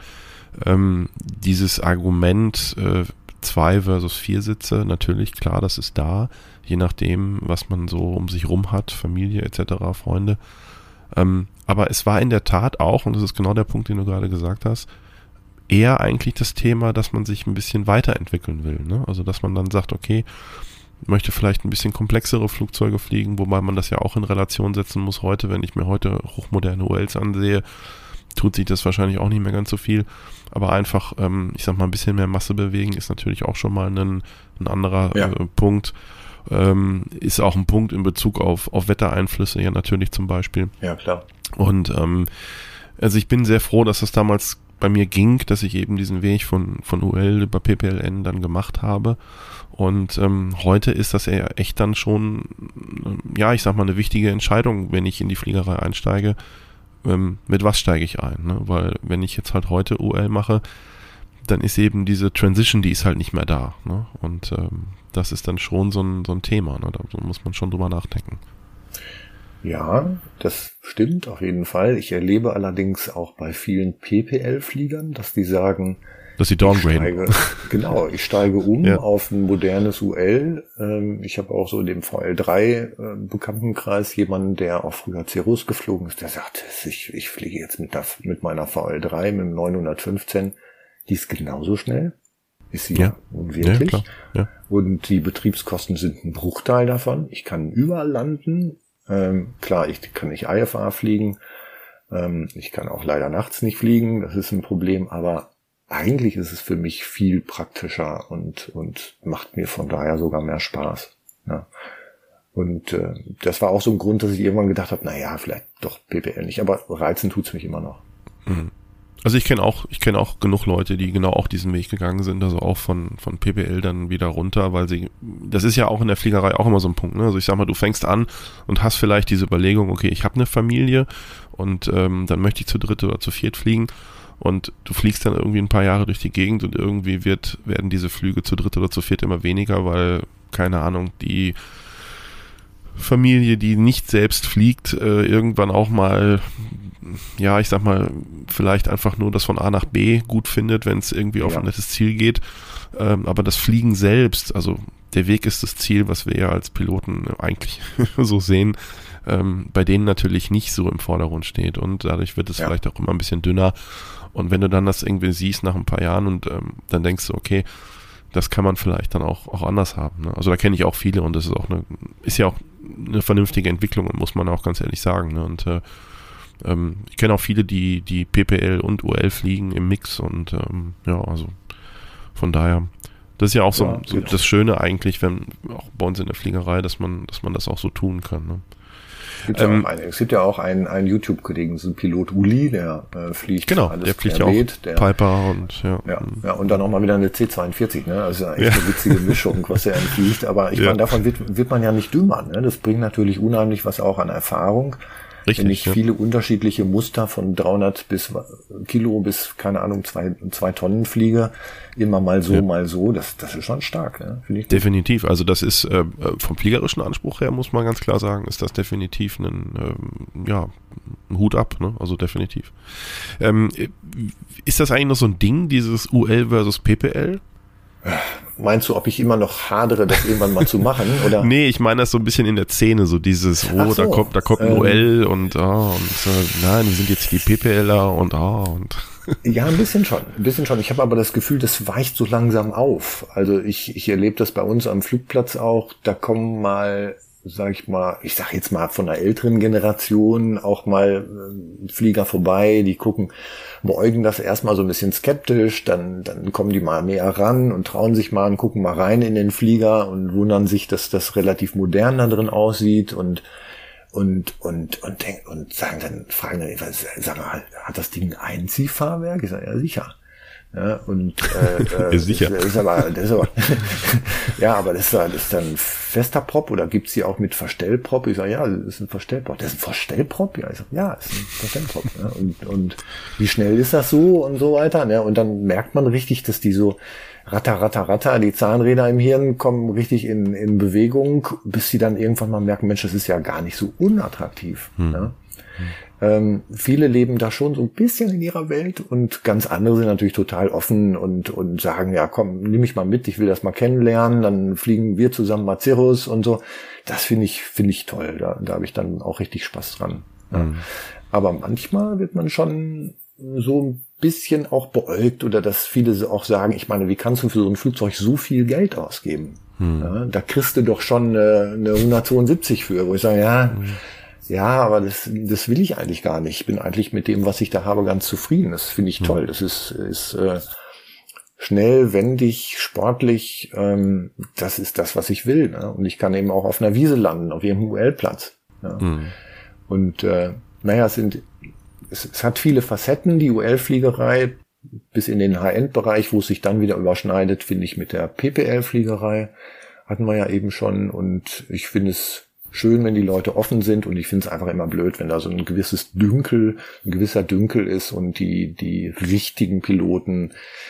dieses Argument 2 versus 4 Sitze, natürlich, klar, das ist da, je nachdem, was man so um sich rum hat, Familie etc., Freunde. Aber es war in der Tat auch, und das ist genau der Punkt, den du gerade gesagt hast, eher eigentlich das Thema, dass man sich ein bisschen weiterentwickeln will. Ne? Also, dass man dann sagt, okay, möchte vielleicht ein bisschen komplexere Flugzeuge fliegen, wobei man das ja auch in Relation setzen muss heute, wenn ich mir heute hochmoderne ULs ansehe, tut sich das wahrscheinlich auch nicht mehr ganz so viel, aber einfach, ich sag mal, ein bisschen mehr Masse bewegen ist natürlich auch schon mal ein anderer Punkt. Ist auch ein Punkt in Bezug auf Wettereinflüsse, ja natürlich zum Beispiel. Ja, klar. Und also ich bin sehr froh, dass das damals bei mir ging, dass ich eben diesen Weg von UL über PPLN dann gemacht habe. Und heute ist das echt dann schon, ja, ich sag mal, eine wichtige Entscheidung, wenn ich in die Fliegerei einsteige, mit was steige ich ein, ne? Weil wenn ich jetzt halt heute UL mache, dann ist eben diese Transition, die ist halt nicht mehr da, ne? Und das ist dann schon so ein Thema, ne? Da muss man schon drüber nachdenken. Ja, das stimmt auf jeden Fall. Ich erlebe allerdings auch bei vielen PPL-Fliegern, dass die sagen, dass sie downgraden. Ich steige um auf ein modernes UL. Ich habe auch so in dem VL3 Bekanntenkreis jemanden, der auch früher Cirrus geflogen ist, der sagt, ich fliege jetzt mit meiner VL3, mit dem 915, die ist genauso schnell. Ist sie ja wirklich. Ja, klar. Ja. Und die Betriebskosten sind ein Bruchteil davon. Ich kann überall landen. Klar, ich kann nicht IFA fliegen. Ich kann auch leider nachts nicht fliegen. Das ist ein Problem, aber eigentlich ist es für mich viel praktischer und macht mir von daher sogar mehr Spaß. Ja. Und das war auch so ein Grund, dass ich irgendwann gedacht habe, naja, vielleicht doch PPL nicht, aber reizen tut's mich immer noch. Also ich kenne auch genug Leute, die genau auch diesen Weg gegangen sind, also auch von PPL dann wieder runter, weil das ist ja auch in der Fliegerei auch immer so ein Punkt, ne? Also ich sag mal, du fängst an und hast vielleicht diese Überlegung, okay, ich habe eine Familie und dann möchte ich zu dritt oder zu viert fliegen. Und du fliegst dann irgendwie ein paar Jahre durch die Gegend und irgendwie werden diese Flüge zu dritt oder zu viert immer weniger, weil, keine Ahnung, die Familie, die nicht selbst fliegt, irgendwann auch mal, ja, ich sag mal, vielleicht einfach nur das von A nach B gut findet, wenn es irgendwie auf ein nettes Ziel geht. Aber das Fliegen selbst, also der Weg ist das Ziel, was wir ja als Piloten eigentlich so sehen, bei denen natürlich nicht so im Vordergrund steht und dadurch wird es vielleicht auch immer ein bisschen dünner. Und wenn du dann das irgendwie siehst nach ein paar Jahren und dann denkst du, okay, das kann man vielleicht dann auch anders haben. Ne? Also da kenne ich auch viele und das ist ja auch eine vernünftige Entwicklung, muss man auch ganz ehrlich sagen. Ne? Und ich kenne auch viele, die PPL und UL fliegen im Mix und also von daher, das ist ja auch so das Schöne eigentlich, wenn auch bei uns in der Fliegerei, dass man das auch so tun kann. Ne? Es gibt ja auch einen YouTube-Kollegen, so ein Pilot Uli, der fliegt alles der fliegt ja auch Piper und und dann auch mal wieder eine C-42, ne? Also echt eine witzige Mischung, was er fliegt, aber ich meine, davon wird man ja nicht dümmer, ne? Das bringt natürlich unheimlich was auch an Erfahrung. Richtig, wenn ich viele unterschiedliche Muster von 300 Kilo bis, keine Ahnung, 2 Tonnen fliege, immer mal so, das ist schon stark, ne? Finde ich gut. Definitiv, also das ist vom fliegerischen Anspruch her, muss man ganz klar sagen, ist das definitiv ein Hut ab, ne? Also definitiv. Ist das eigentlich noch so ein Ding, dieses UL versus PPL? Meinst du, ob ich immer noch hadere, das irgendwann mal zu machen? Oder? Nee, ich meine das so ein bisschen in der Szene, so dieses, da kommt ein UL und nein, wir sind jetzt die PPLer und. Ja, ein bisschen schon. Ich habe aber das Gefühl, das weicht so langsam auf. Also ich erlebe das bei uns am Flugplatz auch, da kommen mal, ich sag jetzt mal von der älteren Generation auch mal Flieger vorbei, die beäugen das erstmal so ein bisschen skeptisch, dann kommen die mal näher ran und trauen sich mal und gucken mal rein in den Flieger und wundern sich, dass das relativ modern da drin aussieht und fragen dann, sag mal, hat das Ding ein Einziehfahrwerk? Ich sage, ja, sicher. Ja, und sicher. Das ist aber ja, aber das ist dann fester Prop oder gibt's die auch mit Verstellprop? Ich sage, ja, das ist ein Verstellprop. Das ist ein Verstellprop? Ja, ich sage, ja, das ist ein Verstellprop. Ja, und wie schnell ist das so und so weiter? Ja, und dann merkt man richtig, dass die so ratter, die Zahnräder im Hirn kommen richtig in Bewegung, bis sie dann irgendwann mal merken, Mensch, das ist ja gar nicht so unattraktiv. Ja. Viele leben da schon so ein bisschen in ihrer Welt und ganz andere sind natürlich total offen und sagen, ja komm, nimm mich mal mit, ich will das mal kennenlernen, dann fliegen wir zusammen mal Cirrus und so. Das finde ich toll, da habe ich dann auch richtig Spaß dran. Ja. Aber manchmal wird man schon so ein bisschen auch beäugt oder dass viele auch sagen, ich meine, wie kannst du für so ein Flugzeug so viel Geld ausgeben? Ja, da kriegst du doch schon eine 172 für, wo ich sage, ja, aber das will ich eigentlich gar nicht. Ich bin eigentlich mit dem, was ich da habe, ganz zufrieden. Das finde ich toll. Das ist schnell, wendig, sportlich. Das ist das, was ich will. Ne? Und ich kann eben auch auf einer Wiese landen, auf irgendeinem UL-Platz. Ja. Und es hat viele Facetten, die UL-Fliegerei, bis in den High-End-Bereich, wo es sich dann wieder überschneidet, finde ich, mit der PPL-Fliegerei. Hatten wir ja eben schon. Und ich finde es schön, wenn die Leute offen sind und ich finde es einfach immer blöd, wenn da so ein gewisser Dünkel ist und die richtigen Piloten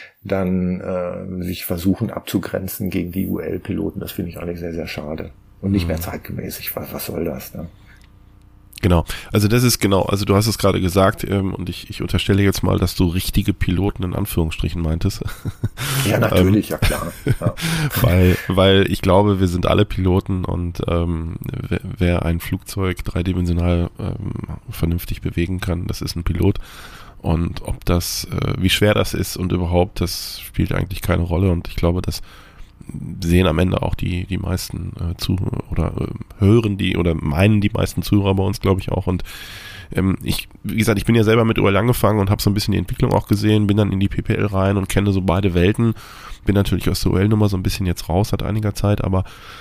dann sich versuchen abzugrenzen gegen die UL-Piloten. Das finde ich eigentlich sehr, sehr schade und nicht mehr zeitgemäß. Was soll das? Ne? Genau, also das ist genau, also du hast es gerade gesagt und ich unterstelle jetzt mal, dass du richtige Piloten in Anführungsstrichen meintest. Ja, natürlich, ja klar. Ja. Weil ich glaube, wir sind alle Piloten und wer ein Flugzeug dreidimensional vernünftig bewegen kann, das ist ein Pilot. Und ob das, wie schwer das ist und überhaupt, das spielt eigentlich keine Rolle und ich glaube, das sehen am Ende auch die meisten hören die oder meinen die meisten Zuhörer bei uns, glaube ich auch. Und wie gesagt, ich bin ja selber mit UL angefangen und habe so ein bisschen die Entwicklung auch gesehen, bin dann in die PPL rein und kenne so beide Welten. Bin natürlich aus der UL-Nummer so ein bisschen jetzt raus seit einiger Zeit, aber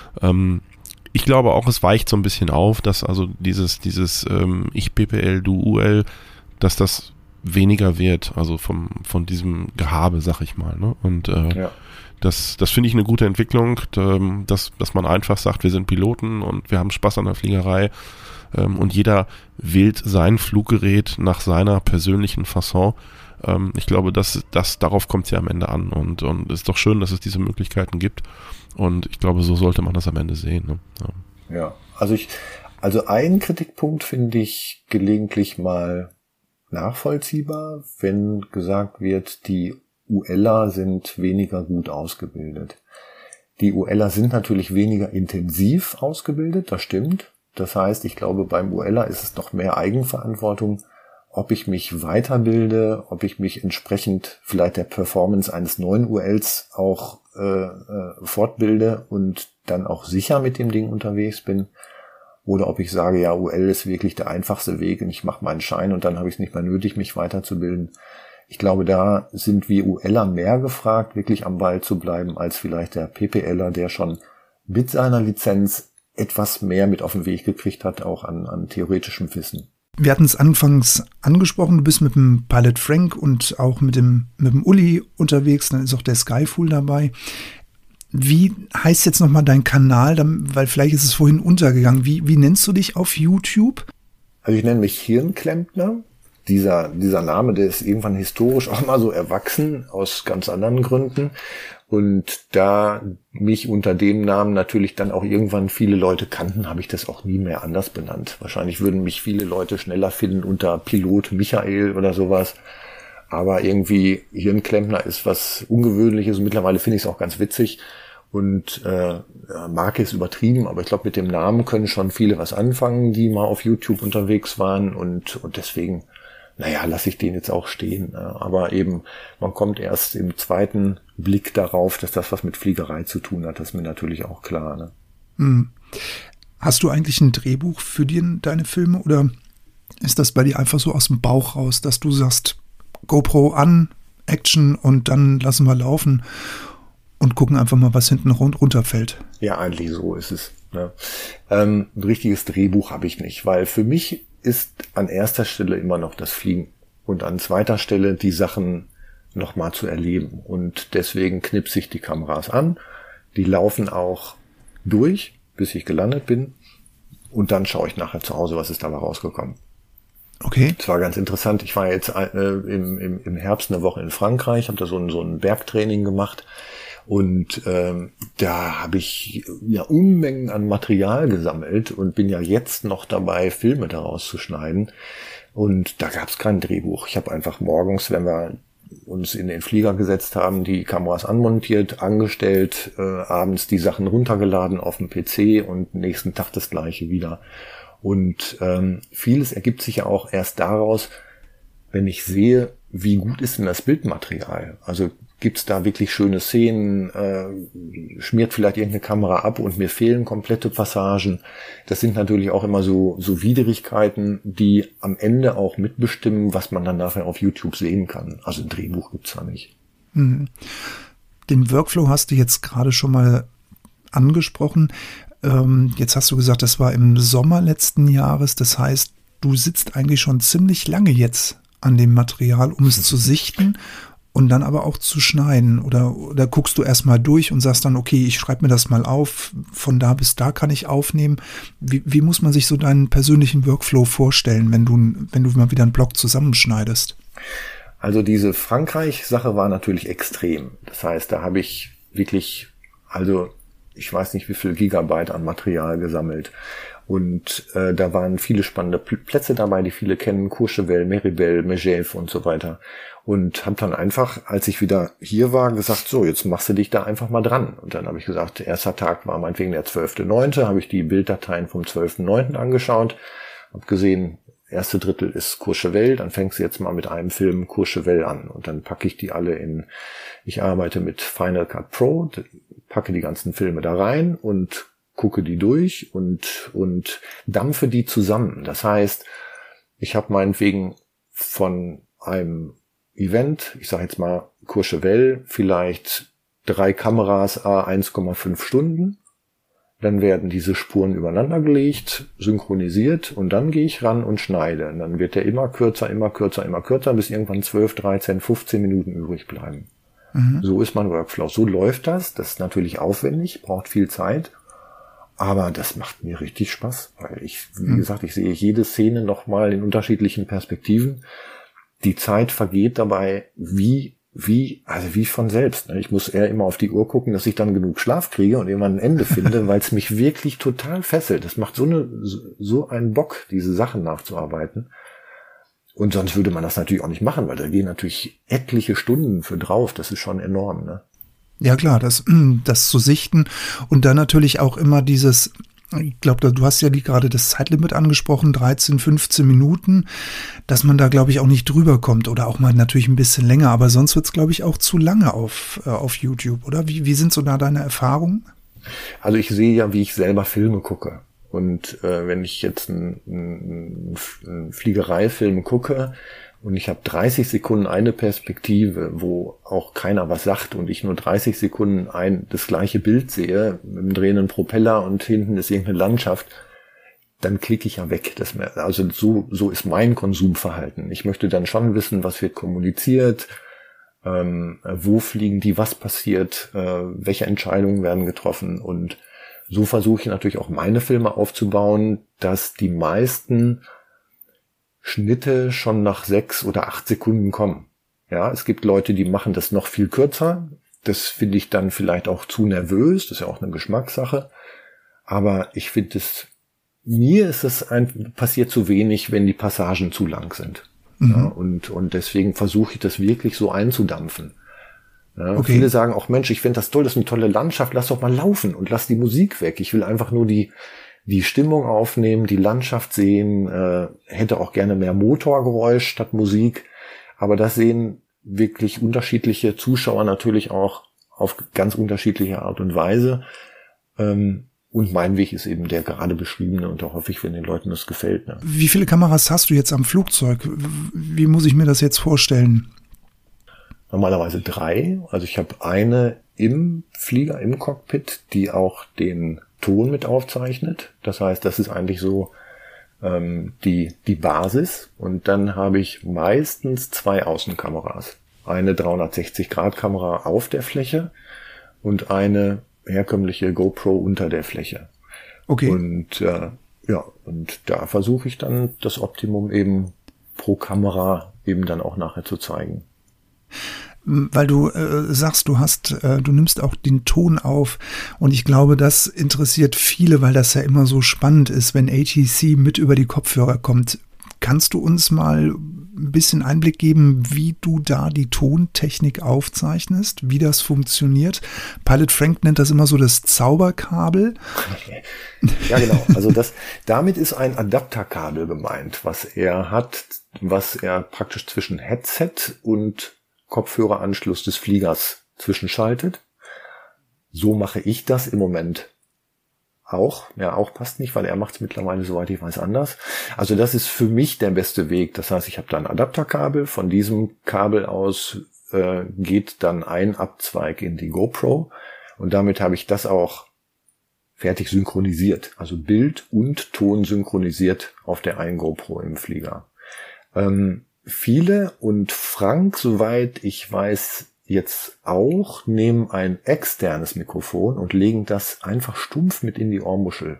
ich glaube auch, es weicht so ein bisschen auf, dass also dieses ich PPL, du UL, dass das weniger wird, also von diesem Gehabe, sag ich mal. Ne? Und das finde ich eine gute Entwicklung, dass man einfach sagt, wir sind Piloten und wir haben Spaß an der Fliegerei und jeder wählt sein Fluggerät nach seiner persönlichen Fasson. Ich glaube, darauf kommt es ja am Ende an und es ist doch schön, dass es diese Möglichkeiten gibt und ich glaube, so sollte man das am Ende sehen. Ne? Ja, also einen Kritikpunkt finde ich gelegentlich mal nachvollziehbar, wenn gesagt wird, die ULer sind weniger gut ausgebildet. Die ULer sind natürlich weniger intensiv ausgebildet, das stimmt. Das heißt, ich glaube, beim ULer ist es noch mehr Eigenverantwortung, ob ich mich weiterbilde, ob ich mich entsprechend vielleicht der Performance eines neuen ULs auch fortbilde und dann auch sicher mit dem Ding unterwegs bin. Oder ob ich sage, ja, UL ist wirklich der einfachste Weg und ich mache meinen Schein und dann habe ich es nicht mehr nötig, mich weiterzubilden. Ich glaube, da sind wir ULer mehr gefragt, wirklich am Ball zu bleiben, als vielleicht der PPLer, der schon mit seiner Lizenz etwas mehr mit auf den Weg gekriegt hat, auch an theoretischem Wissen. Wir hatten es anfangs angesprochen, du bist mit dem Pilot Frank und auch mit dem Uli unterwegs, dann ist auch der Skyfool dabei. Wie heißt jetzt nochmal dein Kanal, weil vielleicht ist es vorhin untergegangen. Wie nennst du dich auf YouTube? Also ich nenne mich Hirnklempner. Dieser Name, der ist irgendwann historisch auch mal so erwachsen, aus ganz anderen Gründen. Und da mich unter dem Namen natürlich dann auch irgendwann viele Leute kannten, habe ich das auch nie mehr anders benannt. Wahrscheinlich würden mich viele Leute schneller finden unter Pilot Michael oder sowas. Aber irgendwie Hirnklempner ist was Ungewöhnliches und mittlerweile finde ich es auch ganz witzig. Und Marke ist übertrieben, aber ich glaube, mit dem Namen können schon viele was anfangen, die mal auf YouTube unterwegs waren. Und deswegen, lasse ich den jetzt auch stehen. Ne? Aber eben, man kommt erst im zweiten Blick darauf, dass das was mit Fliegerei zu tun hat. Das ist mir natürlich auch klar. Ne? Hm. Hast du eigentlich ein Drehbuch für deine Filme oder ist das bei dir einfach so aus dem Bauch raus, dass du sagst, GoPro an, Action und dann lassen wir laufen und gucken einfach mal, was hinten runterfällt? Ja, eigentlich so ist es. Ne? Ein richtiges Drehbuch habe ich nicht, weil für mich ist an erster Stelle immer noch das Fliegen und an zweiter Stelle die Sachen nochmal zu erleben. Und deswegen knipse ich die Kameras an. Die laufen auch durch, bis ich gelandet bin. Und dann schaue ich nachher zu Hause, was ist dabei rausgekommen. Okay. Das war ganz interessant. Ich war jetzt im Herbst eine Woche in Frankreich, habe da so ein Bergtraining gemacht. Und da habe ich ja Unmengen an Material gesammelt und bin ja jetzt noch dabei, Filme daraus zu schneiden. Und da gab es kein Drehbuch. Ich habe einfach morgens, wenn wir uns in den Flieger gesetzt haben, die Kameras anmontiert, angestellt, abends die Sachen runtergeladen auf dem PC und nächsten Tag das gleiche wieder. Und vieles ergibt sich ja auch erst daraus, wenn ich sehe, wie gut ist denn das Bildmaterial? Also gibt's da wirklich schöne Szenen, schmiert vielleicht irgendeine Kamera ab und mir fehlen komplette Passagen. Das sind natürlich auch immer so Widrigkeiten, die am Ende auch mitbestimmen, was man dann nachher auf YouTube sehen kann. Also ein Drehbuch gibt's da nicht. Den Workflow hast du jetzt gerade schon mal angesprochen. Jetzt hast du gesagt, das war im Sommer letzten Jahres. Das heißt, du sitzt eigentlich schon ziemlich lange jetzt an dem Material, um es zu sichten und dann aber auch zu schneiden. Oder guckst du erstmal durch und sagst dann, okay, ich schreibe mir das mal auf, von da bis da kann ich aufnehmen. Wie muss man sich so deinen persönlichen Workflow vorstellen, wenn du mal wieder einen Blog zusammenschneidest? Also diese Frankreich-Sache war natürlich extrem. Das heißt, da habe ich wirklich, ich weiß nicht, wie viel Gigabyte an Material gesammelt. Und da waren viele spannende Plätze dabei, die viele kennen, Courchevel, Méribel, Megève und so weiter. Und habe dann einfach, als ich wieder hier war, gesagt, so, jetzt machst du dich da einfach mal dran. Und dann habe ich gesagt, erster Tag war meinetwegen der 12.9., habe ich die Bilddateien vom 12.9. angeschaut, habe gesehen, erste Drittel ist Courchevel, dann fängst du jetzt mal mit einem Film Courchevel an. Und dann packe ich die alle ich arbeite mit Final Cut Pro, packe die ganzen Filme da rein und gucke die durch und dampfe die zusammen. Das heißt, ich habe meinetwegen von einem Event, ich sage jetzt mal Courchevel, vielleicht 3 Kameras à 1,5 Stunden. Dann werden diese Spuren übereinander gelegt, synchronisiert und dann gehe ich ran und schneide. Und dann wird der immer kürzer, bis irgendwann 12, 13, 15 Minuten übrig bleiben. Mhm. So ist mein Workflow. So läuft das. Das ist natürlich aufwendig, braucht viel Zeit. Aber das macht mir richtig Spaß, weil wie gesagt, ich sehe jede Szene nochmal in unterschiedlichen Perspektiven. Die Zeit vergeht dabei wie von selbst. Ich muss eher immer auf die Uhr gucken, dass ich dann genug Schlaf kriege und irgendwann ein Ende finde, weil es mich wirklich total fesselt. Das macht so einen Bock, diese Sachen nachzuarbeiten. Und sonst würde man das natürlich auch nicht machen, weil da gehen natürlich etliche Stunden für drauf. Das ist schon enorm, ne? Ja klar, das zu sichten und dann natürlich auch immer dieses, ich glaube, du hast ja gerade das Zeitlimit angesprochen, 13, 15 Minuten, dass man da, glaube ich, auch nicht drüber kommt oder auch mal natürlich ein bisschen länger, aber sonst wird es, glaube ich, auch zu lange auf YouTube, oder? Wie sind so da deine Erfahrungen? Also ich sehe ja, wie ich selber Filme gucke und wenn ich jetzt einen Fliegereifilm gucke, und ich habe 30 Sekunden eine Perspektive, wo auch keiner was sagt und ich nur 30 Sekunden das gleiche Bild sehe, mit einem drehenden Propeller und hinten ist irgendeine Landschaft, dann klicke ich ja weg. Also so ist mein Konsumverhalten. Ich möchte dann schon wissen, was wird kommuniziert, wo fliegen die, was passiert, welche Entscheidungen werden getroffen. Und so versuche ich natürlich auch meine Filme aufzubauen, dass die meisten Schnitte schon nach 6 oder 8 Sekunden kommen. Ja, es gibt Leute, die machen das noch viel kürzer. Das finde ich dann vielleicht auch zu nervös. Das ist ja auch eine Geschmackssache. Aber ich finde passiert zu wenig, wenn die Passagen zu lang sind. Mhm. Ja, und deswegen versuche ich das wirklich so einzudampfen. Ja, okay. Viele sagen auch, Mensch, ich finde das toll, das ist eine tolle Landschaft, lass doch mal laufen und lass die Musik weg. Ich will einfach nur die Stimmung aufnehmen, die Landschaft sehen, hätte auch gerne mehr Motorgeräusch statt Musik. Aber das sehen wirklich unterschiedliche Zuschauer natürlich auch auf ganz unterschiedliche Art und Weise. Und mein Weg ist eben der gerade beschriebene und da hoffe ich, wenn den Leuten das gefällt. Ne? Wie viele Kameras hast du jetzt am Flugzeug? Wie muss ich mir das jetzt vorstellen? Normalerweise 3. Also ich habe eine im Flieger, im Cockpit, die auch den Ton mit aufzeichnet. Das heißt, das ist eigentlich so die Basis. Und dann habe ich meistens 2 Außenkameras. eine 360-Grad-Kamera auf der Fläche und eine herkömmliche GoPro unter der Fläche. Okay. Und und da versuche ich dann das Optimum eben pro Kamera eben dann auch nachher zu zeigen. Weil du sagst, du nimmst auch den Ton auf und ich glaube, das interessiert viele, weil das ja immer so spannend ist, wenn ATC mit über die Kopfhörer kommt. Kannst du uns mal ein bisschen Einblick geben, wie du da die Tontechnik aufzeichnest, wie das funktioniert? Pilot Frank nennt das immer so das Zauberkabel. Ja, genau. Also damit ist ein Adapterkabel gemeint, was er praktisch zwischen Headset und Kopfhöreranschluss des Fliegers zwischenschaltet. So mache ich das im Moment auch. Ja, auch passt nicht, weil er macht es mittlerweile, soweit ich weiß, anders. Also das ist für mich der beste Weg. Das heißt, ich habe da ein Adapterkabel. Von diesem Kabel aus geht dann ein Abzweig in die GoPro. Und damit habe ich das auch fertig synchronisiert. Also Bild und Ton synchronisiert auf der einen GoPro im Flieger. Viele und Frank, soweit ich weiß, jetzt auch, nehmen ein externes Mikrofon und legen das einfach stumpf mit in die Ohrmuschel.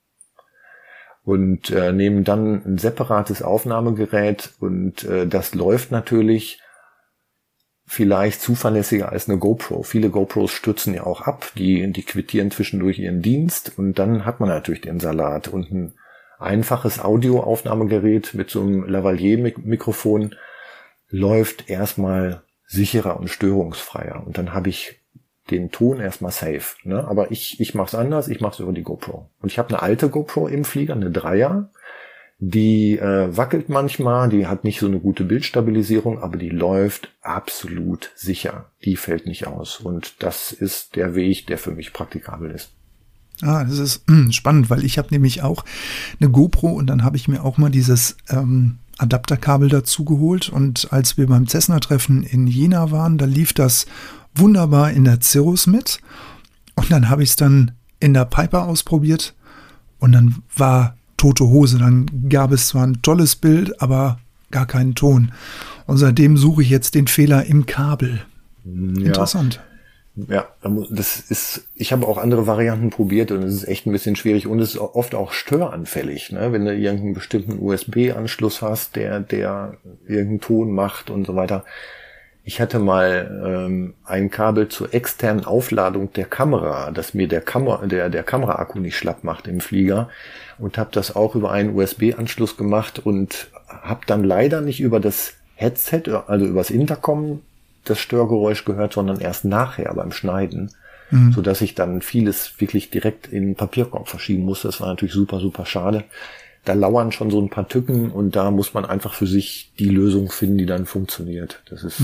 Und nehmen dann ein separates Aufnahmegerät und das läuft natürlich vielleicht zuverlässiger als eine GoPro. Viele GoPros stürzen ja auch ab, die quittieren zwischendurch ihren Dienst und dann hat man natürlich den Salat. Und ein einfaches Audioaufnahmegerät mit so einem Lavalier-Mikrofon läuft erstmal sicherer und störungsfreier. Und dann habe ich den Ton erstmal safe. Ne? Aber ich mache es anders, ich mache es über die GoPro. Und ich habe eine alte GoPro im Flieger, eine 3er. Die wackelt manchmal, die hat nicht so eine gute Bildstabilisierung, aber die läuft absolut sicher. Die fällt nicht aus. Und das ist der Weg, der für mich praktikabel ist. Ah, das ist spannend, weil ich habe nämlich auch eine GoPro und dann habe ich mir auch mal dieses Adapterkabel dazu geholt und als wir beim Cessna-Treffen in Jena waren, da lief das wunderbar in der Cirrus mit und dann habe ich es dann in der Piper ausprobiert und dann war tote Hose. Dann gab es zwar ein tolles Bild, aber gar keinen Ton. Und seitdem suche ich jetzt den Fehler im Kabel. Ja. Interessant. Ja, ich habe auch andere Varianten probiert und es ist echt ein bisschen schwierig und es ist oft auch störanfällig, ne? Wenn du irgendeinen bestimmten USB-Anschluss hast, der irgendeinen Ton macht und so weiter. Ich hatte mal ein Kabel zur externen Aufladung der Kamera, dass mir der Kameraakku nicht schlapp macht im Flieger und habe das auch über einen USB-Anschluss gemacht und habe dann leider nicht über das Headset, also übers Intercom, das Störgeräusch gehört, sondern erst nachher beim Schneiden, so dass ich dann vieles wirklich direkt in den Papierkorb verschieben musste. Das war natürlich super, super schade. Da lauern schon so ein paar Tücken und da muss man einfach für sich die Lösung finden, die dann funktioniert. Das ist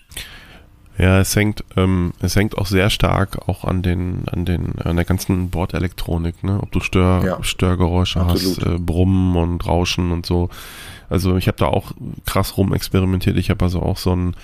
Ja, es hängt auch sehr stark auch an der ganzen Bordelektronik, ne? Ob du Störgeräusche hast, Brummen und Rauschen und so. Also ich habe da auch krass rumexperimentiert. Ich habe also auch so ein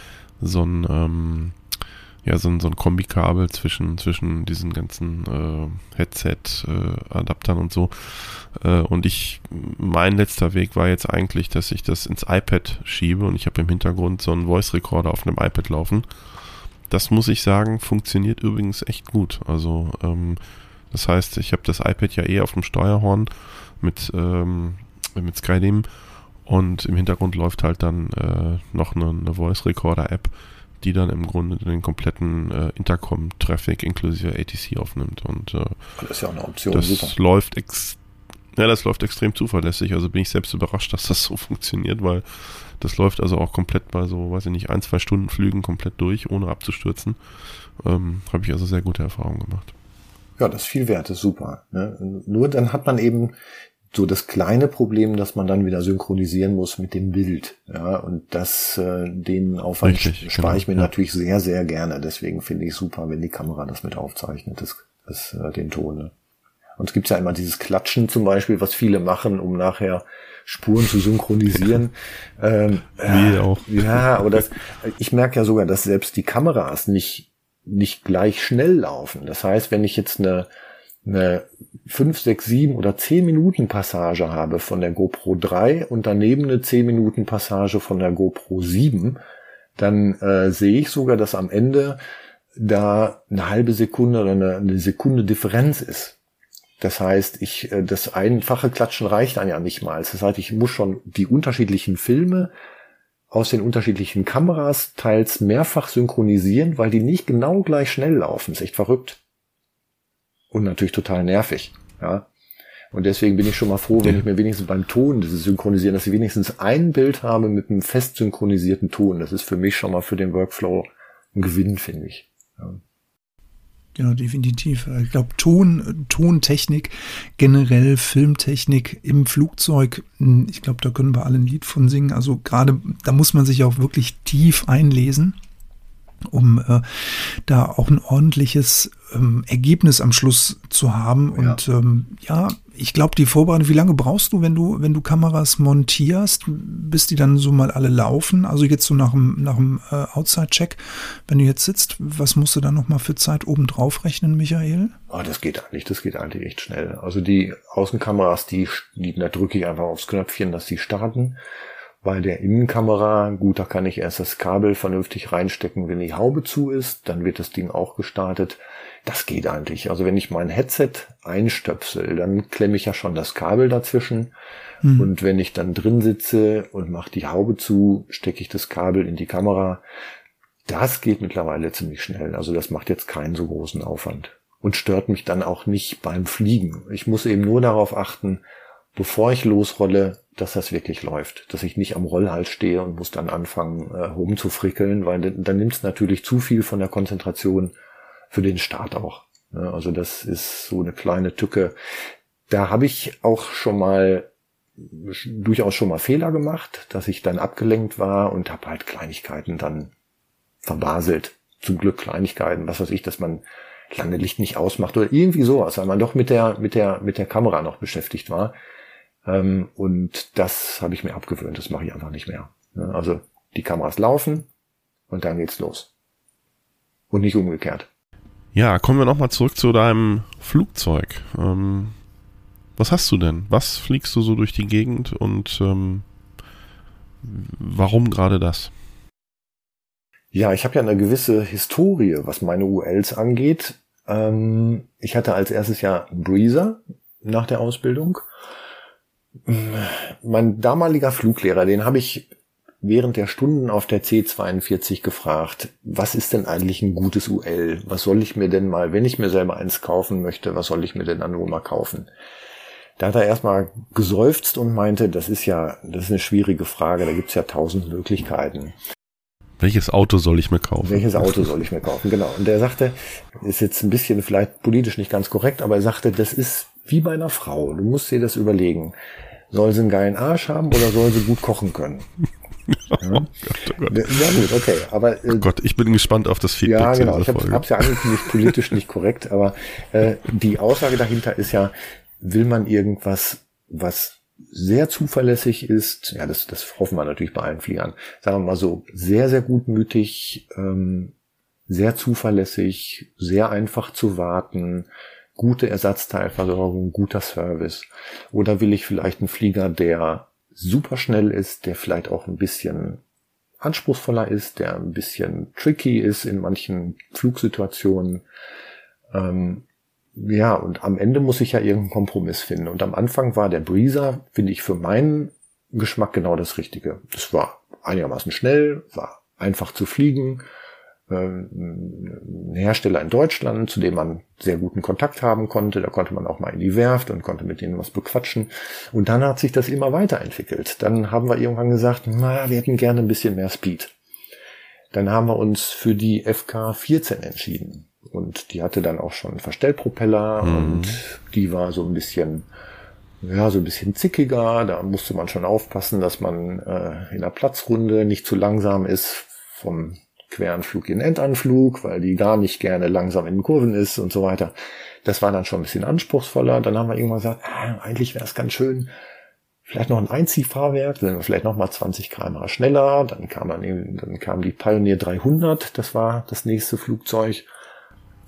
Kombikabel zwischen diesen ganzen Headset-Adaptern und so. Und mein letzter Weg war jetzt eigentlich, dass ich das ins iPad schiebe und ich habe im Hintergrund so einen Voice-Recorder auf einem iPad laufen. Das muss ich sagen, funktioniert übrigens echt gut. Also das heißt, ich habe das iPad ja auf dem Steuerhorn mit Skydim und im Hintergrund läuft halt dann noch eine Voice-Recorder-App, die dann im Grunde den kompletten Intercom-Traffic inklusive ATC aufnimmt. Und das ist ja auch eine Option, das super. Das läuft extrem zuverlässig. Also bin ich selbst überrascht, dass das so funktioniert, weil das läuft also auch komplett bei so, 1-2 Stunden Flügen komplett durch, ohne abzustürzen. Habe ich also sehr gute Erfahrungen gemacht. Ja, das ist viel wert, das ist super. Ne? Nur dann hat man eben so das kleine Problem, dass man dann wieder synchronisieren muss mit dem Bild. Ja, und den Aufwand spare ich mir natürlich sehr, sehr gerne. Deswegen finde ich super, wenn die Kamera das mit aufzeichnet, den Ton. Ne? Und es gibt ja immer dieses Klatschen zum Beispiel, was viele machen, um nachher Spuren zu synchronisieren. Wie auch. Ja, aber ich merke ja sogar, dass selbst die Kameras nicht gleich schnell laufen. Das heißt, wenn ich jetzt eine 5, 6, 7 oder 10 Minuten Passage habe von der GoPro 3 und daneben eine 10 Minuten Passage von der GoPro 7, dann sehe ich sogar, dass am Ende da eine halbe Sekunde oder eine Sekunde Differenz ist. Das heißt, das einfache Klatschen reicht dann ja nicht mal. Das heißt, ich muss schon die unterschiedlichen Filme aus den unterschiedlichen Kameras teils mehrfach synchronisieren, weil die nicht genau gleich schnell laufen. Das ist echt verrückt. Und natürlich total nervig. Ja. Und deswegen bin ich schon mal froh, wenn ich mir wenigstens beim Ton dieses Synchronisieren, dass ich wenigstens ein Bild habe mit einem fest synchronisierten Ton. Das ist für mich schon mal für den Workflow ein Gewinn, finde ich. Ja. Ja, definitiv. Ich glaube, Tontechnik, generell Filmtechnik im Flugzeug, ich glaube, da können wir alle ein Lied von singen. Also gerade, da muss man sich auch wirklich tief einlesen, um da auch ein ordentliches Ergebnis am Schluss zu haben. Und ich glaube, die Vorbereitung, wie lange brauchst du, wenn du Kameras montierst, bis die dann so mal alle laufen? Also jetzt so nach dem Outside-Check, wenn du jetzt sitzt, was musst du dann nochmal für Zeit oben drauf rechnen, Michael? Das geht eigentlich echt schnell. Also die Außenkameras, da drücke ich einfach aufs Knöpfchen, dass die starten. Bei der Innenkamera, gut, da kann ich erst das Kabel vernünftig reinstecken, wenn die Haube zu ist, dann wird das Ding auch gestartet. Das geht eigentlich. Also wenn ich mein Headset einstöpsel, dann klemme ich ja schon das Kabel dazwischen. Und wenn ich dann drin sitze und mache die Haube zu, stecke ich das Kabel in die Kamera. Das geht mittlerweile ziemlich schnell. Also das macht jetzt keinen so großen Aufwand und stört mich dann auch nicht beim Fliegen. Ich muss eben nur darauf achten, bevor ich losrolle, dass das wirklich läuft. Dass ich nicht am Rollhals stehe und muss dann anfangen, rumzufrickeln, weil dann nimmt es natürlich zu viel von der Konzentration für den Start auch. Also das ist so eine kleine Tücke. Da habe ich auch durchaus schon mal Fehler gemacht, dass ich dann abgelenkt war und habe halt Kleinigkeiten dann verbaselt. Zum Glück Kleinigkeiten, was weiß ich, dass man lange Licht nicht ausmacht oder irgendwie sowas, weil man doch mit der Kamera noch beschäftigt war. Und das habe ich mir abgewöhnt, das mache ich einfach nicht mehr. Also die Kameras laufen und dann geht's los. Und nicht umgekehrt. Ja, kommen wir nochmal zurück zu deinem Flugzeug. Was hast du denn? Was fliegst du so durch die Gegend und warum gerade das? Ja, ich habe ja eine gewisse Historie, was meine ULs angeht. Ich hatte als erstes Jahr einen Breezer nach der Ausbildung. Mein damaliger Fluglehrer, den habe ich während der Stunden auf der C42 gefragt, was ist denn eigentlich ein gutes UL? Was soll ich mir denn mal, wenn ich mir selber eins kaufen möchte, was soll ich mir denn dann nur mal kaufen? Da hat er erstmal geseufzt und meinte, das ist eine schwierige Frage, da gibt's ja 1000 Möglichkeiten. Welches Auto soll ich mir kaufen? Genau. Und er sagte, ist jetzt ein bisschen vielleicht politisch nicht ganz korrekt, aber er sagte, das ist wie bei einer Frau. Du musst dir das überlegen. Soll sie einen geilen Arsch haben oder soll sie gut kochen können? Ja, oh Gott. Ja gut, okay. Aber, oh Gott, ich bin gespannt auf das Feedback. Ja, genau. Ich hab's ja angekündigt, politisch nicht korrekt, aber die Aussage dahinter ist ja, will man irgendwas, was sehr zuverlässig ist, ja, das hoffen wir natürlich bei allen Fliegern, sagen wir mal so, sehr, sehr gutmütig, sehr zuverlässig, sehr einfach zu warten, gute Ersatzteilversorgung, guter Service. Oder will ich vielleicht einen Flieger, der super schnell ist, der vielleicht auch ein bisschen anspruchsvoller ist, der ein bisschen tricky ist in manchen Flugsituationen. Ja, und am Ende muss ich ja irgendeinen Kompromiss finden. Und am Anfang war der Breezer, finde ich, für meinen Geschmack genau das Richtige. Das war einigermaßen schnell, war einfach zu fliegen. Ein Hersteller in Deutschland, zu dem man sehr guten Kontakt haben konnte. Da konnte man auch mal in die Werft und konnte mit denen was bequatschen. Und dann hat sich das immer weiterentwickelt. Dann haben wir irgendwann gesagt, wir hätten gerne ein bisschen mehr Speed. Dann haben wir uns für die FK14 entschieden. Und die hatte dann auch schon einen Verstellpropeller und die war so ein bisschen zickiger. Da musste man schon aufpassen, dass man in der Platzrunde nicht zu langsam ist vom Queranflug in Endanflug, weil die gar nicht gerne langsam in den Kurven ist und so weiter. Das war dann schon ein bisschen anspruchsvoller. Dann haben wir irgendwann gesagt, eigentlich wäre es ganz schön, vielleicht noch ein Einziehfahrwerk, dann vielleicht noch mal 20 km/h schneller. Dann kam die Pioneer 300, das war das nächste Flugzeug.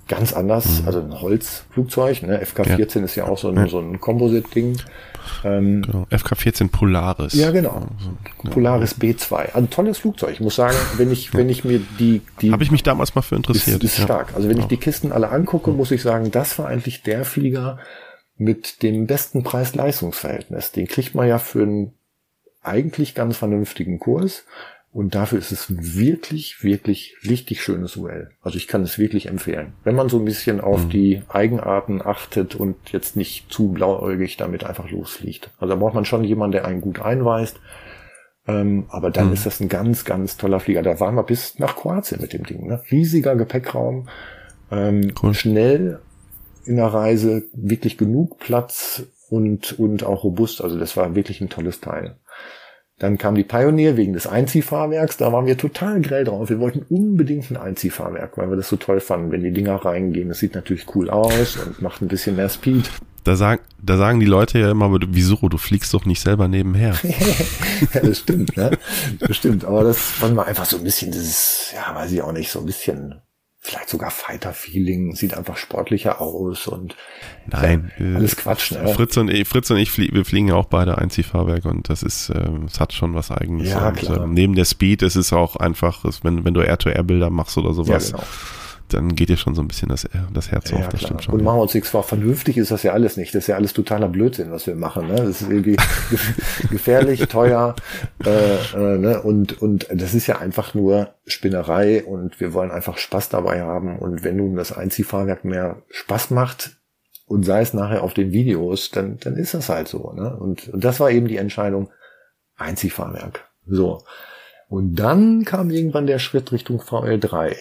ganz anders, also ein Holzflugzeug, ne? FK-14 ist ja auch so ein Composite-Ding. Genau. FK-14 Polaris. Ja, genau. Polaris B2. Also tolles Flugzeug. Ich muss sagen, wenn ich mir die habe ich mich damals mal für interessiert. Ist stark. Also wenn ich die Kisten alle angucke, muss ich sagen, das war eigentlich der Flieger mit dem besten Preis-Leistungs-Verhältnis. Den kriegt man ja für einen eigentlich ganz vernünftigen Kurs. Und dafür ist es wirklich, wirklich richtig schönes UL. Also ich kann es wirklich empfehlen. Wenn man so ein bisschen auf die Eigenarten achtet und jetzt nicht zu blauäugig damit einfach losfliegt. Also da braucht man schon jemanden, der einen gut einweist. Aber dann ist das ein ganz, ganz toller Flieger. Da waren wir bis nach Kroatien mit dem Ding. Ne? Riesiger Gepäckraum. Cool. Schnell in der Reise, wirklich genug Platz und auch robust. Also das war wirklich ein tolles Teil. Dann kam die Pioneer wegen des Einziehfahrwerks. Da waren wir total grell drauf. Wir wollten unbedingt ein Einziehfahrwerk, weil wir das so toll fanden, wenn die Dinger reingehen. Das sieht natürlich cool aus und macht ein bisschen mehr Speed. Da sagen die Leute ja immer, wieso, du fliegst doch nicht selber nebenher. Ja, das stimmt, ne? Das stimmt. Aber das war mal einfach so ein bisschen dieses, ja, weiß ich auch nicht, so ein bisschen vielleicht sogar Fighter-Feeling, sieht einfach sportlicher aus und nein, alles Quatsch. Ne? Fritz und ich, wir fliegen ja auch beide Einziehfahrwerk und das ist, es hat schon was Eigenes. Ja, und, klar. Neben der Speed ist es auch einfach, wenn du Air-to-Air-Bilder machst oder sowas, ja, genau. Dann geht dir schon so ein bisschen das Herz auf, das stimmt schon. Und machen wir uns nichts vor, vernünftig ist das ja alles nicht. Das ist ja alles totaler Blödsinn, was wir machen. Ne? Das ist irgendwie gefährlich, teuer ne? Und das ist ja einfach nur Spinnerei und wir wollen einfach Spaß dabei haben. Und wenn nun das Einziehfahrwerk mehr Spaß macht und sei es nachher auf den Videos, dann ist das halt so. Ne? Und das war eben die Entscheidung, Einziehfahrwerk. So. Und dann kam irgendwann der Schritt Richtung VL3.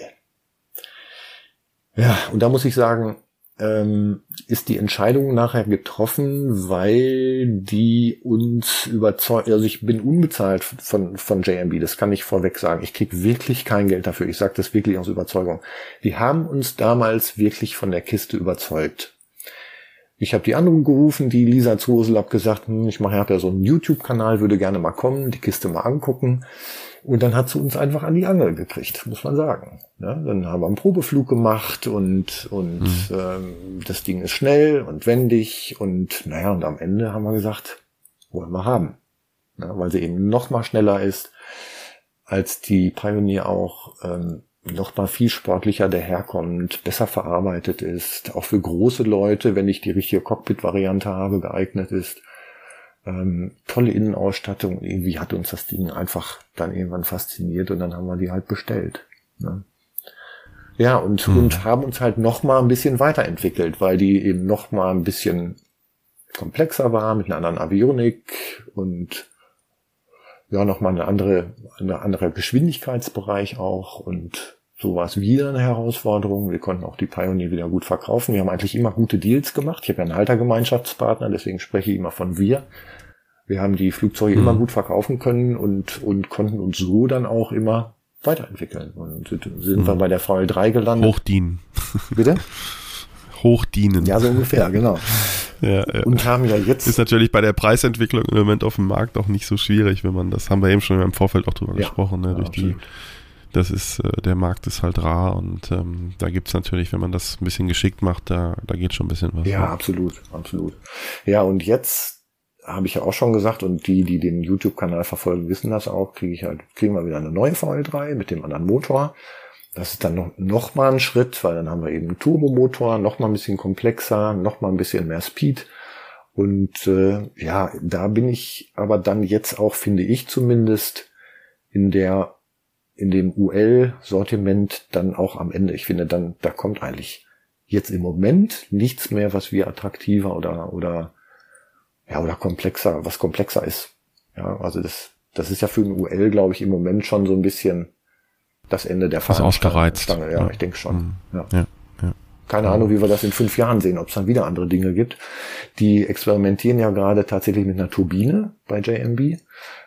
Ja, und da muss ich sagen, ist die Entscheidung nachher getroffen, weil die uns überzeugt, also ich bin unbezahlt von JMB, das kann ich vorweg sagen. Ich krieg wirklich kein Geld dafür, ich sage das wirklich aus Überzeugung. Die haben uns damals wirklich von der Kiste überzeugt. Ich habe die anderen gerufen, die Lisa Zosel, hab gesagt, ich habe ja so einen YouTube-Kanal, würde gerne mal kommen, die Kiste mal angucken. Und dann hat sie uns einfach an die Angel gekriegt, muss man sagen. Ja, dann haben wir einen Probeflug gemacht und das Ding ist schnell und wendig und und am Ende haben wir gesagt, wollen wir haben. Ja, weil sie eben noch mal schneller ist als die Pioneer auch, noch mal viel sportlicher daherkommt, besser verarbeitet ist, auch für große Leute, wenn ich die richtige Cockpit-Variante habe, geeignet ist. Tolle Innenausstattung, irgendwie hat uns das Ding einfach dann irgendwann fasziniert und dann haben wir die halt bestellt. Ne? Ja, und haben uns halt noch mal ein bisschen weiterentwickelt, weil die eben noch mal ein bisschen komplexer war, mit einer anderen Avionik und ja, noch mal eine andere Geschwindigkeitsbereich auch und so war es wieder eine Herausforderung. Wir konnten auch die Pioneer wieder gut verkaufen. Wir haben eigentlich immer gute Deals gemacht. Ich habe ja einen Haltergemeinschaftspartner, deswegen spreche ich immer von wir. Wir haben die Flugzeuge immer gut verkaufen können und konnten uns so dann auch immer weiterentwickeln. Und sind wir bei der VL3 gelandet. Hochdienen. Bitte? Hochdienen. Ja, so ungefähr, genau. Ja. Und haben ja jetzt... Ist natürlich bei der Preisentwicklung im Moment auf dem Markt auch nicht so schwierig, wenn man das, haben wir eben schon im Vorfeld auch drüber gesprochen, ne, durch absolut. Das ist, der Markt ist halt rar und da gibt's natürlich, wenn man das ein bisschen geschickt macht, da geht schon ein bisschen was. Ja, absolut. Ja, und jetzt habe ich ja auch schon gesagt, und die den YouTube-Kanal verfolgen, wissen das auch, kriegen wir wieder eine neue VL3 mit dem anderen Motor. Das ist dann noch mal ein Schritt, weil dann haben wir eben einen Turbomotor, noch mal ein bisschen komplexer, noch mal ein bisschen mehr Speed. Und da bin ich aber dann jetzt auch, finde ich zumindest, in dem UL-Sortiment dann auch am Ende. Ich finde dann, da kommt eigentlich jetzt im Moment nichts mehr, was wir attraktiver oder komplexer, was komplexer ist. Ja, also das ist ja für ein UL, glaube ich, im Moment schon so ein bisschen das Ende der Fahnenstange. Ja, ich denke schon. Ja. Keine Ahnung, wie wir das in 5 Jahren sehen, ob es dann wieder andere Dinge gibt. Die experimentieren ja gerade tatsächlich mit einer Turbine bei JMB.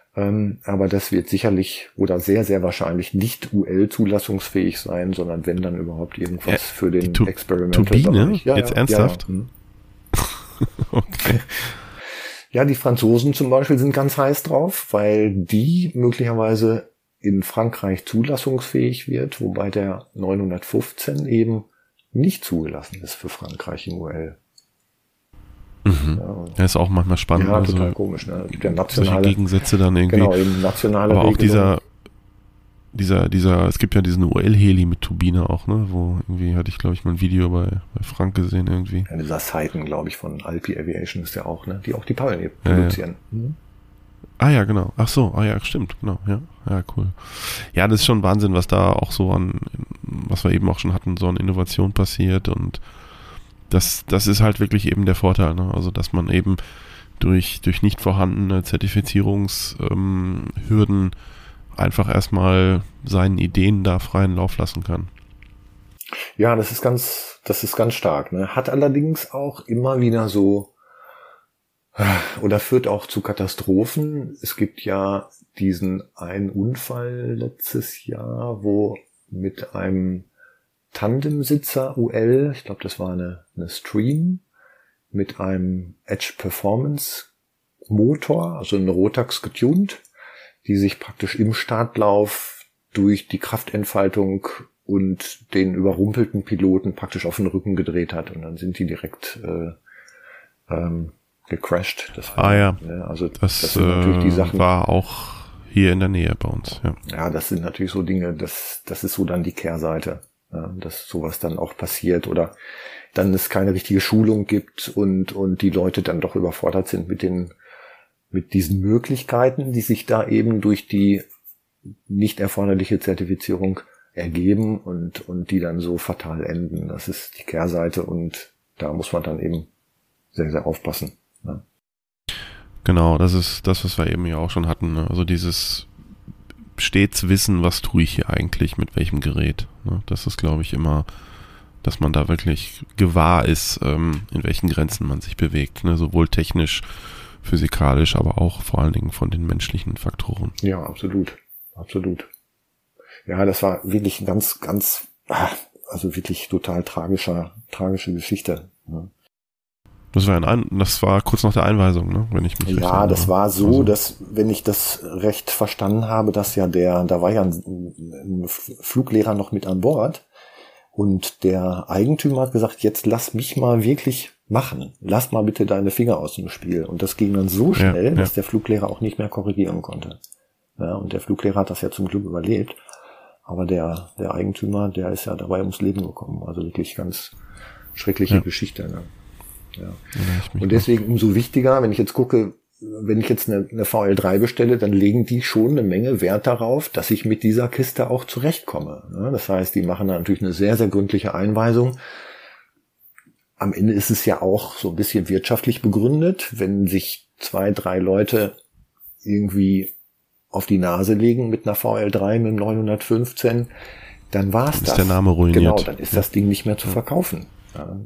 Aber das wird sicherlich oder sehr, sehr wahrscheinlich nicht UL-zulassungsfähig sein, sondern wenn dann überhaupt irgendwas für den Experimental-Bereich. Turbine? Jetzt ernsthaft? Ja. Okay. Ja, die Franzosen zum Beispiel sind ganz heiß drauf, weil die möglicherweise in Frankreich zulassungsfähig wird, wobei der 915 eben nicht zugelassen ist für Frankreich im UL. Mhm. Ja, ist auch manchmal spannend. Ja, total komisch. Ne? Der nationale, solche Gegensätze dann irgendwie. Genau, eben nationale aber auch Regelung. es gibt ja diesen UL-Heli mit Turbine auch, ne? Wo irgendwie hatte ich, glaube ich, mal ein Video bei Frank gesehen irgendwie. Ja, dieser Seiten, glaube ich, von Alpi Aviation ist ja auch, ne? Die auch die Pioneer produzieren. Ja. Mhm. Ah ja, genau. Ach so, stimmt, genau. Ja, cool. Ja, das ist schon Wahnsinn, was da auch so was wir eben auch schon hatten, so an Innovation passiert, und das ist halt wirklich eben der Vorteil, ne? Also, dass man eben durch nicht vorhandene Zertifizierungshürden einfach erstmal seinen Ideen da freien Lauf lassen kann. Ja, das ist ganz stark, ne? Hat allerdings auch immer wieder so, oder führt auch zu Katastrophen. Es gibt ja diesen einen Unfall letztes Jahr, wo mit einem Tandemsitzer UL, ich glaube, das war eine Stream, mit einem Edge Performance Motor, also eine Rotax getuned, die sich praktisch im Startlauf durch die Kraftentfaltung und den überrumpelten Piloten praktisch auf den Rücken gedreht hat. Und dann sind die direkt gecrashed. Das war, also das sind natürlich die Sachen. War auch hier in der Nähe bei uns. Ja, das sind natürlich so Dinge, das ist so dann die Kehrseite, ja, dass sowas dann auch passiert oder dann es keine richtige Schulung gibt und die Leute dann doch überfordert sind mit diesen Möglichkeiten, die sich da eben durch die nicht erforderliche Zertifizierung ergeben und die dann so fatal enden. Das ist die Kehrseite und da muss man dann eben sehr, sehr aufpassen. Ja. Genau, das ist das, was wir eben ja auch schon hatten. Ne? Also dieses stets wissen, was tue ich hier eigentlich, mit welchem Gerät. Ne? Das ist, glaube ich, immer, dass man da wirklich gewahr ist, in welchen Grenzen man sich bewegt. Ne? Sowohl technisch, physikalisch, aber auch vor allen Dingen von den menschlichen Faktoren. Ja, absolut. Ja, das war wirklich also wirklich total tragische Geschichte. Ne? Das war kurz nach der Einweisung, ne? Wenn ich mich recht erinnere. Ja, das war so, dass, wenn ich das recht verstanden habe, dass ja da war ja ein Fluglehrer noch mit an Bord und der Eigentümer hat gesagt, jetzt lass mich mal wirklich machen. Lass mal bitte deine Finger aus dem Spiel. Und das ging dann so schnell, dass der Fluglehrer auch nicht mehr korrigieren konnte. Ja, und der Fluglehrer hat das ja zum Glück überlebt. Aber der Eigentümer, der ist ja dabei ums Leben gekommen. Also wirklich ganz schreckliche Geschichte. Ne? Ja. Und deswegen umso wichtiger, wenn ich jetzt gucke, wenn ich jetzt eine VL3 bestelle, dann legen die schon eine Menge Wert darauf, dass ich mit dieser Kiste auch zurechtkomme. Ne? Das heißt, die machen da natürlich eine sehr, sehr gründliche Einweisung. Am Ende ist es ja auch so ein bisschen wirtschaftlich begründet, wenn sich 2, 3 Leute irgendwie auf die Nase legen mit einer VL3 mit einem 915, dann war's das. Ist der Name ruiniert. Genau, dann ist das Ding nicht mehr zu verkaufen. Ja,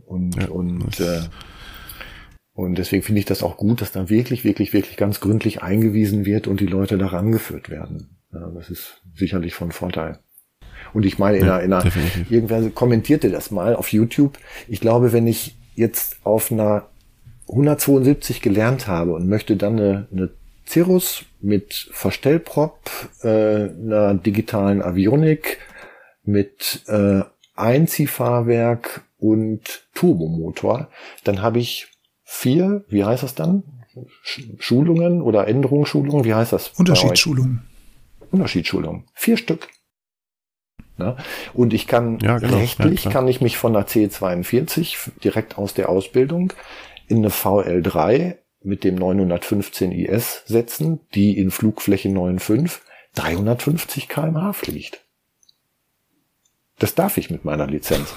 und deswegen finde ich das auch gut, dass da wirklich, wirklich, wirklich ganz gründlich eingewiesen wird und die Leute da rangeführt werden. Ja, das ist sicherlich von Vorteil. Und ich meine, irgendwer kommentierte das mal auf YouTube. Ich glaube, wenn ich jetzt auf einer 172 gelernt habe und möchte dann eine Cirrus mit Verstellprop, einer digitalen Avionik, mit Einziehfahrwerk und Turbomotor, dann habe ich 4, wie heißt das dann? Schulungen oder Änderungsschulungen, wie heißt das? Unterschiedsschulungen. 4 Stück. Ja, und ich kann rechtlich kann ich mich von der C42 direkt aus der Ausbildung in eine VL3 mit dem 915 IS setzen, die in Flugfläche 9,5 350 km/h fliegt. Das darf ich mit meiner Lizenz.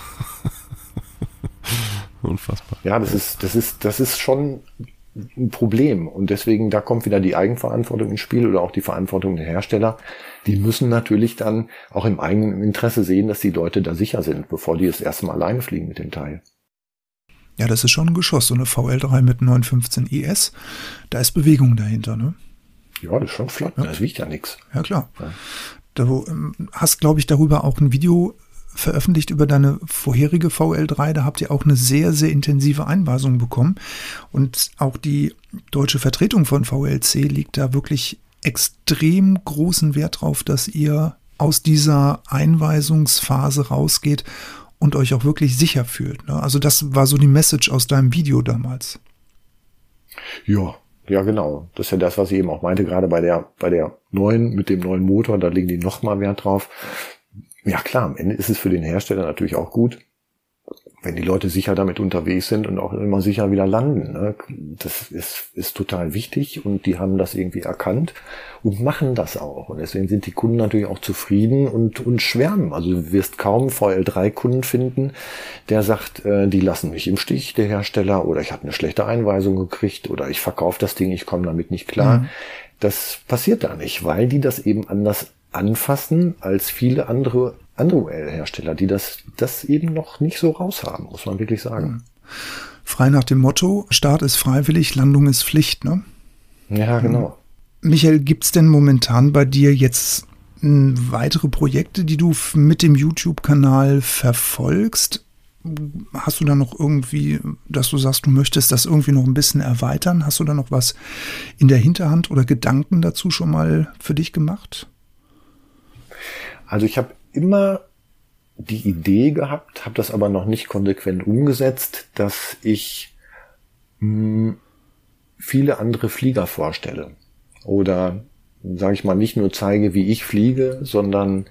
Unfassbar. Ja, das ist schon ein Problem. Und deswegen, da kommt wieder die Eigenverantwortung ins Spiel oder auch die Verantwortung der Hersteller. Die müssen natürlich dann auch im eigenen Interesse sehen, dass die Leute da sicher sind, bevor die das erste Mal alleine fliegen mit dem Teil. Ja, das ist schon ein Geschoss, so eine VL3 mit 915 IS. Da ist Bewegung dahinter, ne? Ja, das ist schon flott. Ja. Das wiegt ja nichts. Ja, klar. Ja. Du hast, glaube ich, darüber auch ein Video veröffentlicht über deine vorherige VL3. Da habt ihr auch eine sehr, sehr intensive Einweisung bekommen. Und auch die deutsche Vertretung von VLC legt da wirklich extrem großen Wert drauf, dass ihr aus dieser Einweisungsphase rausgeht und euch auch wirklich sicher fühlt. Ne? Also das war so die Message aus deinem Video damals. Ja, genau. Das ist ja das, was ich eben auch meinte, gerade bei der neuen, mit dem neuen Motor, da legen die noch mal Wert drauf. Ja klar, am Ende ist es für den Hersteller natürlich auch gut, wenn die Leute sicher damit unterwegs sind und auch immer sicher wieder landen. Ne? Das ist total wichtig und die haben das irgendwie erkannt und machen das auch. Und deswegen sind die Kunden natürlich auch zufrieden und schwärmen. Also du wirst kaum VL3-Kunden finden, der sagt, die lassen mich im Stich, der Hersteller, oder ich habe eine schlechte Einweisung gekriegt oder ich verkaufe das Ding, ich komme damit nicht klar. Mhm. Das passiert da nicht, weil die das eben anders anfassen als viele andere OL-Hersteller, die das eben noch nicht so raushaben, muss man wirklich sagen. Frei nach dem Motto, Start ist freiwillig, Landung ist Pflicht, ne? Ja, genau. Michael, gibt's denn momentan bei dir jetzt weitere Projekte, die du mit dem YouTube-Kanal verfolgst? Hast du da noch irgendwie, dass du sagst, du möchtest das irgendwie noch ein bisschen erweitern? Hast du da noch was in der Hinterhand oder Gedanken dazu schon mal für dich gemacht? Also ich habe immer die Idee gehabt, habe das aber noch nicht konsequent umgesetzt, dass ich viele andere Flieger vorstelle. Oder, sage ich mal, nicht nur zeige, wie ich fliege, sondern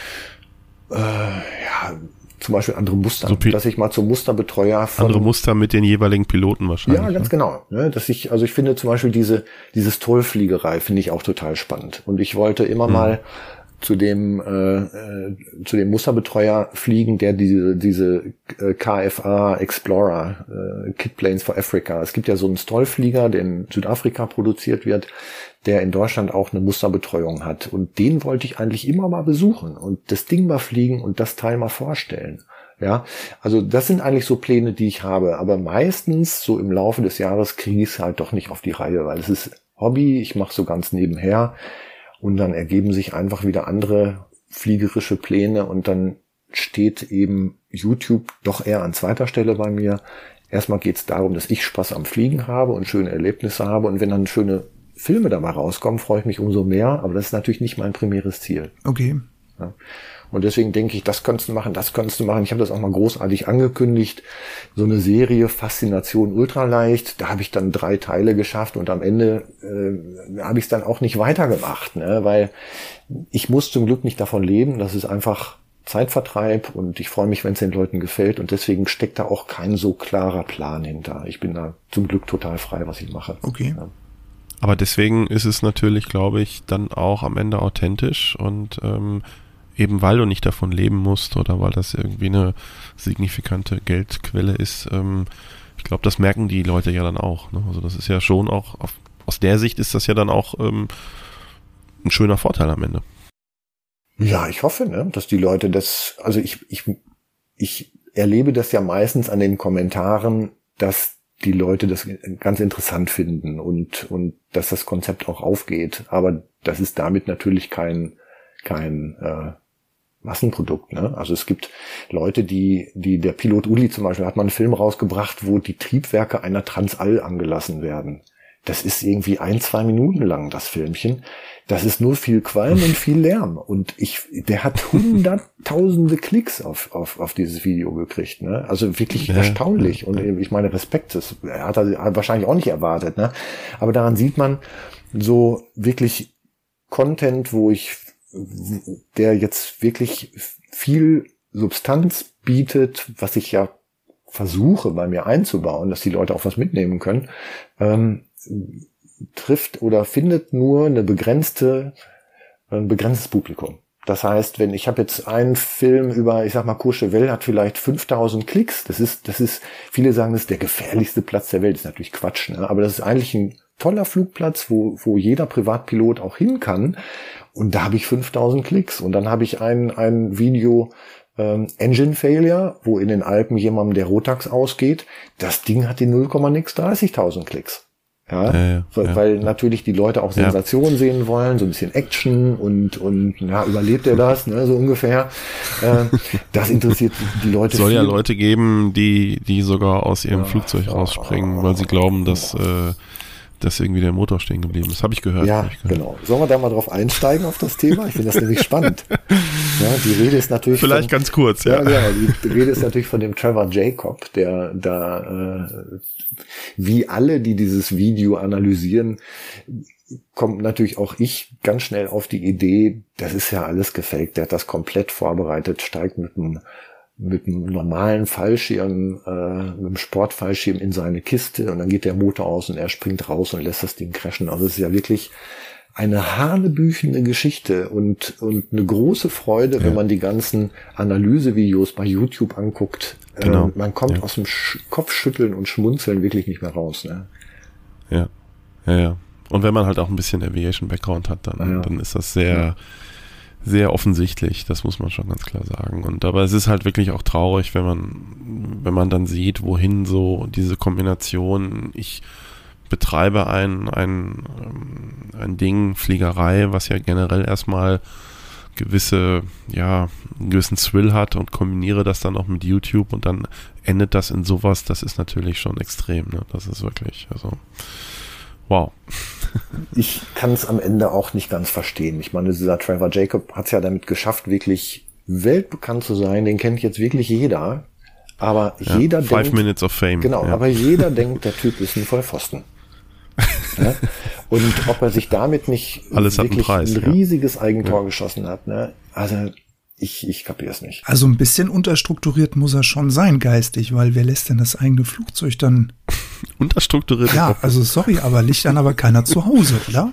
zum Beispiel andere Muster, so dass ich mal zum Musterbetreuer von... Andere Muster mit den jeweiligen Piloten wahrscheinlich. Ja, ganz genau. Ne, ich finde zum Beispiel dieses Tollfliegerei finde ich auch total spannend. Und ich wollte immer mal zu dem Musterbetreuer fliegen, der diese KFA Explorer, Kit Planes for Africa. Es gibt ja so einen Stollflieger, der in Südafrika produziert wird, der in Deutschland auch eine Musterbetreuung hat. Und den wollte ich eigentlich immer mal besuchen und das Ding mal fliegen und das Teil mal vorstellen. Ja, also das sind eigentlich so Pläne, die ich habe. Aber meistens so im Laufe des Jahres kriege ich es halt doch nicht auf die Reihe, weil es ist Hobby, ich mache so ganz nebenher. Und dann ergeben sich einfach wieder andere fliegerische Pläne und dann steht eben YouTube doch eher an zweiter Stelle bei mir. Erstmal geht es darum, dass ich Spaß am Fliegen habe und schöne Erlebnisse habe. Und wenn dann schöne Filme dabei rauskommen, freue ich mich umso mehr. Aber das ist natürlich nicht mein primäres Ziel. Okay. Ja. Und deswegen denke ich, das könntest du machen, das könntest du machen. Ich habe das auch mal großartig angekündigt. So eine Serie, Faszination Ultraleicht, da habe ich dann 3 Teile geschafft und am Ende habe ich es dann auch nicht weitergemacht, ne? Weil ich muss zum Glück nicht davon leben. Das ist einfach Zeitvertreib und ich freue mich, wenn es den Leuten gefällt und deswegen steckt da auch kein so klarer Plan hinter. Ich bin da zum Glück total frei, was ich mache. Okay. Ja. Aber deswegen ist es natürlich, glaube ich, dann auch am Ende authentisch und eben weil du nicht davon leben musst oder weil das irgendwie eine signifikante Geldquelle ist, ich glaube, das merken die Leute ja dann auch. Ne? Also das ist ja schon auch, aus der Sicht ist das ja dann auch ein schöner Vorteil am Ende. Ja, ich hoffe, ne, dass die Leute das, also ich erlebe das ja meistens an den Kommentaren, dass die Leute das ganz interessant finden und dass das Konzept auch aufgeht. Aber das ist damit natürlich kein Massenprodukt, ne? Also es gibt Leute, die der Pilot Uli zum Beispiel hat mal einen Film rausgebracht, wo die Triebwerke einer Transall angelassen werden. Das ist irgendwie 1-2 Minuten lang, das Filmchen. Das ist nur viel Qualm und viel Lärm. Und der hat hunderttausende Klicks auf dieses Video gekriegt, ne? Also wirklich erstaunlich. Und ich meine, Respekt, das hat er wahrscheinlich auch nicht erwartet, ne? Aber daran sieht man so wirklich Content, der jetzt wirklich viel Substanz bietet, was ich ja versuche bei mir einzubauen, dass die Leute auch was mitnehmen können, trifft oder findet nur ein begrenztes Publikum. Das heißt, wenn ich habe jetzt einen Film über, ich sag mal, Courchevel hat vielleicht 5000 Klicks, das ist, viele sagen, das ist der gefährlichste Platz der Welt, das ist natürlich Quatsch, ne? Aber das ist eigentlich ein toller Flugplatz, wo jeder Privatpilot auch hin kann. Und da habe ich 5000 Klicks. Und dann habe ich ein Video Engine Failure, wo in den Alpen jemandem der Rotax ausgeht. Das Ding hat die 30.000 Klicks. Ja, weil natürlich die Leute auch Sensationen sehen wollen, so ein bisschen Action und überlebt er das, ne, so ungefähr. Das interessiert die Leute. Es soll ja Leute geben, die sogar aus ihrem Flugzeug rausspringen, weil sie glauben, dass irgendwie der Motor stehen geblieben ist. Habe ich gehört. Ja, genau. Sollen wir da mal drauf einsteigen auf das Thema? Ich finde das nämlich spannend. Ja, die Rede ist natürlich vielleicht ganz kurz, ja. Ja, die Rede ist natürlich von dem Trevor Jacob, der da, wie alle, die dieses Video analysieren, kommt natürlich auch ich ganz schnell auf die Idee, das ist ja alles gefaked, der hat das komplett vorbereitet, steigt mit einem normalen Fallschirm, mit einem Sportfallschirm in seine Kiste und dann geht der Motor aus und er springt raus und lässt das Ding crashen. Also es ist ja wirklich eine hanebüchene Geschichte und eine große Freude, wenn man die ganzen Analysevideos bei YouTube anguckt. Genau. Man kommt aus dem Kopfschütteln und Schmunzeln wirklich nicht mehr raus. Ne? Ja. Und wenn man halt auch ein bisschen Aviation-Background hat, dann ist das sehr, sehr offensichtlich. Das muss man schon ganz klar sagen. Aber es ist halt wirklich auch traurig, wenn man dann sieht, wohin so diese Kombination, ich betreibe ein Ding, Fliegerei, was ja generell erstmal einen gewissen Thrill hat und kombiniere das dann auch mit YouTube und dann endet das in sowas, das ist natürlich schon extrem, ne? Das ist wirklich, wow. Ich kann es am Ende auch nicht ganz verstehen. Ich meine, dieser Trevor Jacob hat es ja damit geschafft, wirklich weltbekannt zu sein, den kennt jetzt wirklich jeder, aber jeder denkt... 5 Minutes of Fame. Genau, aber jeder denkt, der Typ ist ein Vollpfosten. Ne? Und ob er sich damit nicht alles wirklich ein riesiges Eigentor geschossen hat, ne? Also ich kapiere es nicht. Also ein bisschen unterstrukturiert muss er schon sein geistig, weil wer lässt denn das eigene Flugzeug dann unterstrukturiert? Ja, also sorry, aber liegt dann aber keiner zu Hause, oder?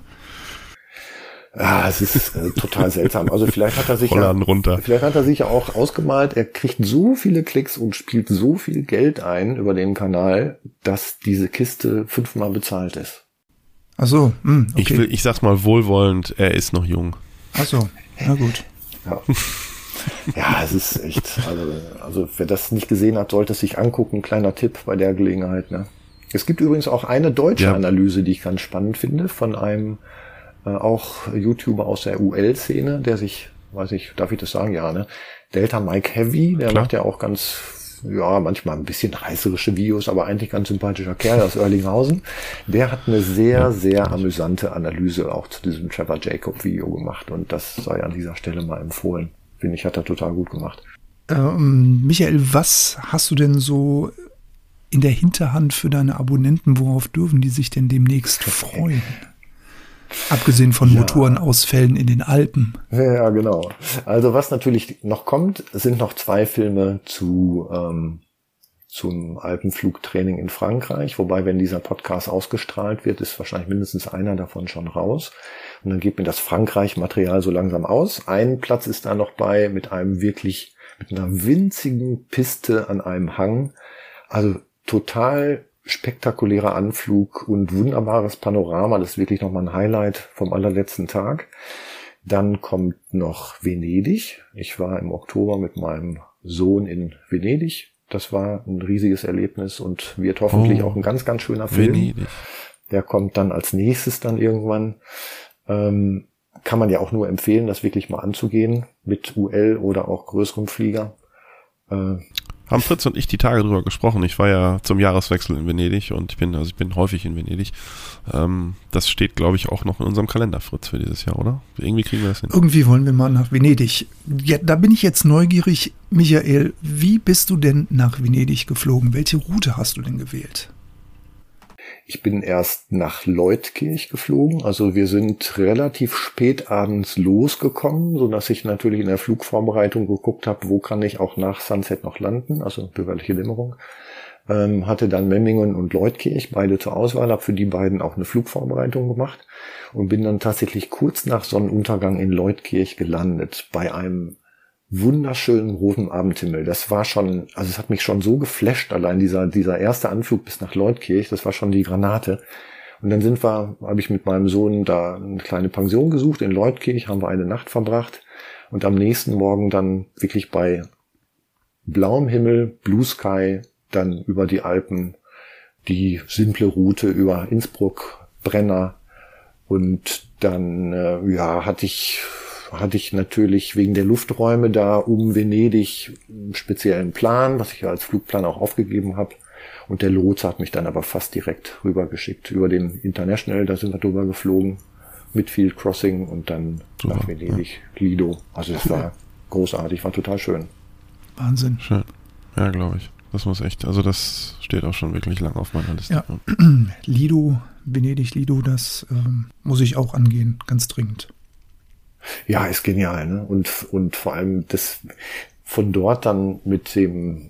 Ja, es ist total seltsam. Also vielleicht hat er sich ja auch ausgemalt, er kriegt so viele Klicks und spielt so viel Geld ein über den Kanal, dass diese Kiste 5-mal bezahlt ist. Ach so, okay. Ich sag's mal wohlwollend, er ist noch jung. Ach so, na gut. Ja. Ja, es ist echt, also wer das nicht gesehen hat, sollte es sich angucken. Kleiner Tipp bei der Gelegenheit. Ne? Es gibt übrigens auch eine deutsche Analyse, die ich ganz spannend finde, von einem auch YouTuber aus der UL-Szene, der sich, weiß ich, darf ich das sagen? Ja, ne? Delta Mike Heavy, der macht ja auch ganz, manchmal ein bisschen reißerische Videos, aber eigentlich ganz sympathischer Kerl aus Oerlinghausen. Der hat eine sehr, sehr amüsante Analyse auch zu diesem Trevor Jacob Video gemacht und das sei an dieser Stelle mal empfohlen. Finde ich, hat er total gut gemacht. Michael, was hast du denn so in der Hinterhand für deine Abonnenten? Worauf dürfen die sich denn demnächst freuen? Abgesehen von Motorenausfällen in den Alpen. Ja, genau. Also was natürlich noch kommt, sind noch 2 Filme zum Alpenflugtraining in Frankreich. Wobei, wenn dieser Podcast ausgestrahlt wird, ist wahrscheinlich mindestens einer davon schon raus. Und dann geht mir das Frankreich-Material so langsam aus. Ein Platz ist da noch bei mit einer winzigen Piste an einem Hang. Also total spektakulärer Anflug und wunderbares Panorama. Das ist wirklich nochmal ein Highlight vom allerletzten Tag. Dann kommt noch Venedig. Ich war im Oktober mit meinem Sohn in Venedig. Das war ein riesiges Erlebnis und wird hoffentlich auch ein ganz, ganz schöner Film. Venedig. Der kommt dann als nächstes dann irgendwann. Kann man ja auch nur empfehlen, das wirklich mal anzugehen mit UL oder auch größerem Flieger. Haben Fritz und ich die Tage drüber gesprochen. Ich war ja zum Jahreswechsel in Venedig und ich bin häufig in Venedig. Das steht, glaube ich, auch noch in unserem Kalender, Fritz, für dieses Jahr, oder? Irgendwie kriegen wir das hin. Irgendwie wollen wir mal nach Venedig. Ja, da bin ich jetzt neugierig. Michael, wie bist du denn nach Venedig geflogen? Welche Route hast du denn gewählt? Ich bin erst nach Leutkirch geflogen. Also wir sind relativ spät abends losgekommen, sodass ich natürlich in der Flugvorbereitung geguckt habe, wo kann ich auch nach Sunset noch landen, also bürgerliche Dämmerung. Hatte dann Memmingen und Leutkirch beide zur Auswahl, habe für die beiden auch eine Flugvorbereitung gemacht und bin dann tatsächlich kurz nach Sonnenuntergang in Leutkirch gelandet, bei einem wunderschönen roten Abendhimmel. Das war schon, also es hat mich schon so geflasht, allein dieser erste Anflug bis nach Leutkirch, das war schon die Granate. Und dann habe ich mit meinem Sohn da eine kleine Pension gesucht in Leutkirch, haben wir eine Nacht verbracht und am nächsten Morgen dann wirklich bei blauem Himmel, Blue Sky, dann über die Alpen, die simple Route über Innsbruck, Brenner und dann hatte ich natürlich wegen der Lufträume da um Venedig einen speziellen Plan, was ich ja als Flugplan auch aufgegeben habe. Und der Lotse hat mich dann aber fast direkt rübergeschickt über den International, da sind wir drüber geflogen, mit Field Crossing und dann nach Venedig, Lido. Also es war großartig, war total schön. Wahnsinn. Schön. Ja, glaube ich. Das muss echt, also das steht auch schon wirklich lang auf meiner Liste. Ja. Lido, Venedig-Lido, das muss ich auch angehen, ganz dringend. Ja, ist genial, ne? Und vor allem das von dort dann mit dem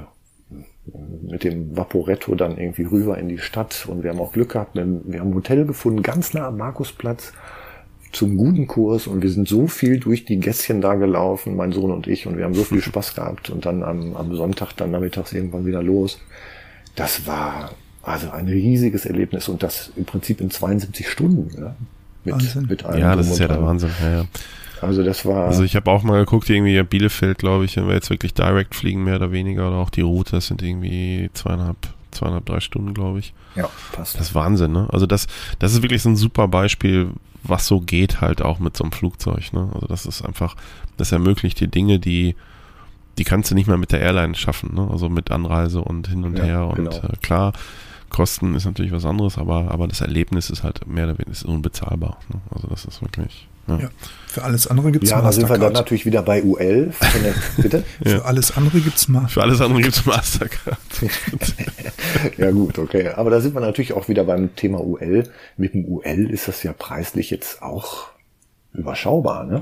Vaporetto dann irgendwie rüber in die Stadt, und wir haben auch Glück gehabt, wir haben ein Hotel gefunden, ganz nah am Markusplatz, zum guten Kurs, und wir sind so viel durch die Gässchen da gelaufen, mein Sohn und ich, und wir haben so viel Spaß gehabt, und dann am Sonntag dann nachmittags irgendwann wieder los. Das war also ein riesiges Erlebnis, und das im Prinzip in 72 Stunden, ne? Mit allem. Ja, das ist ja der Wahnsinn. Ja. Also das war... Also ich habe auch mal geguckt, irgendwie Bielefeld, glaube ich, wenn wir jetzt wirklich direct fliegen, mehr oder weniger, oder auch die Route, das sind irgendwie 3 Stunden, glaube ich. Ja, passt. Das ist Wahnsinn, ne? Also das ist wirklich so ein super Beispiel, was so geht halt auch mit so einem Flugzeug, ne? Also das ist einfach, das ermöglicht dir Dinge, die kannst du nicht mehr mit der Airline schaffen, ne? Also mit Anreise und hin und her, und genau. Klar, Kosten ist natürlich was anderes, aber das Erlebnis ist halt mehr oder weniger unbezahlbar, ne? Also das ist wirklich... Ja. Für alles andere gibt es Mastercard. Ja, da sind wir dann natürlich wieder bei UL. Bitte? Für alles andere gibt es Mastercard. Ja gut, okay. Aber da sind wir natürlich auch wieder beim Thema UL. Mit dem UL ist das ja preislich jetzt auch überschaubar, ne?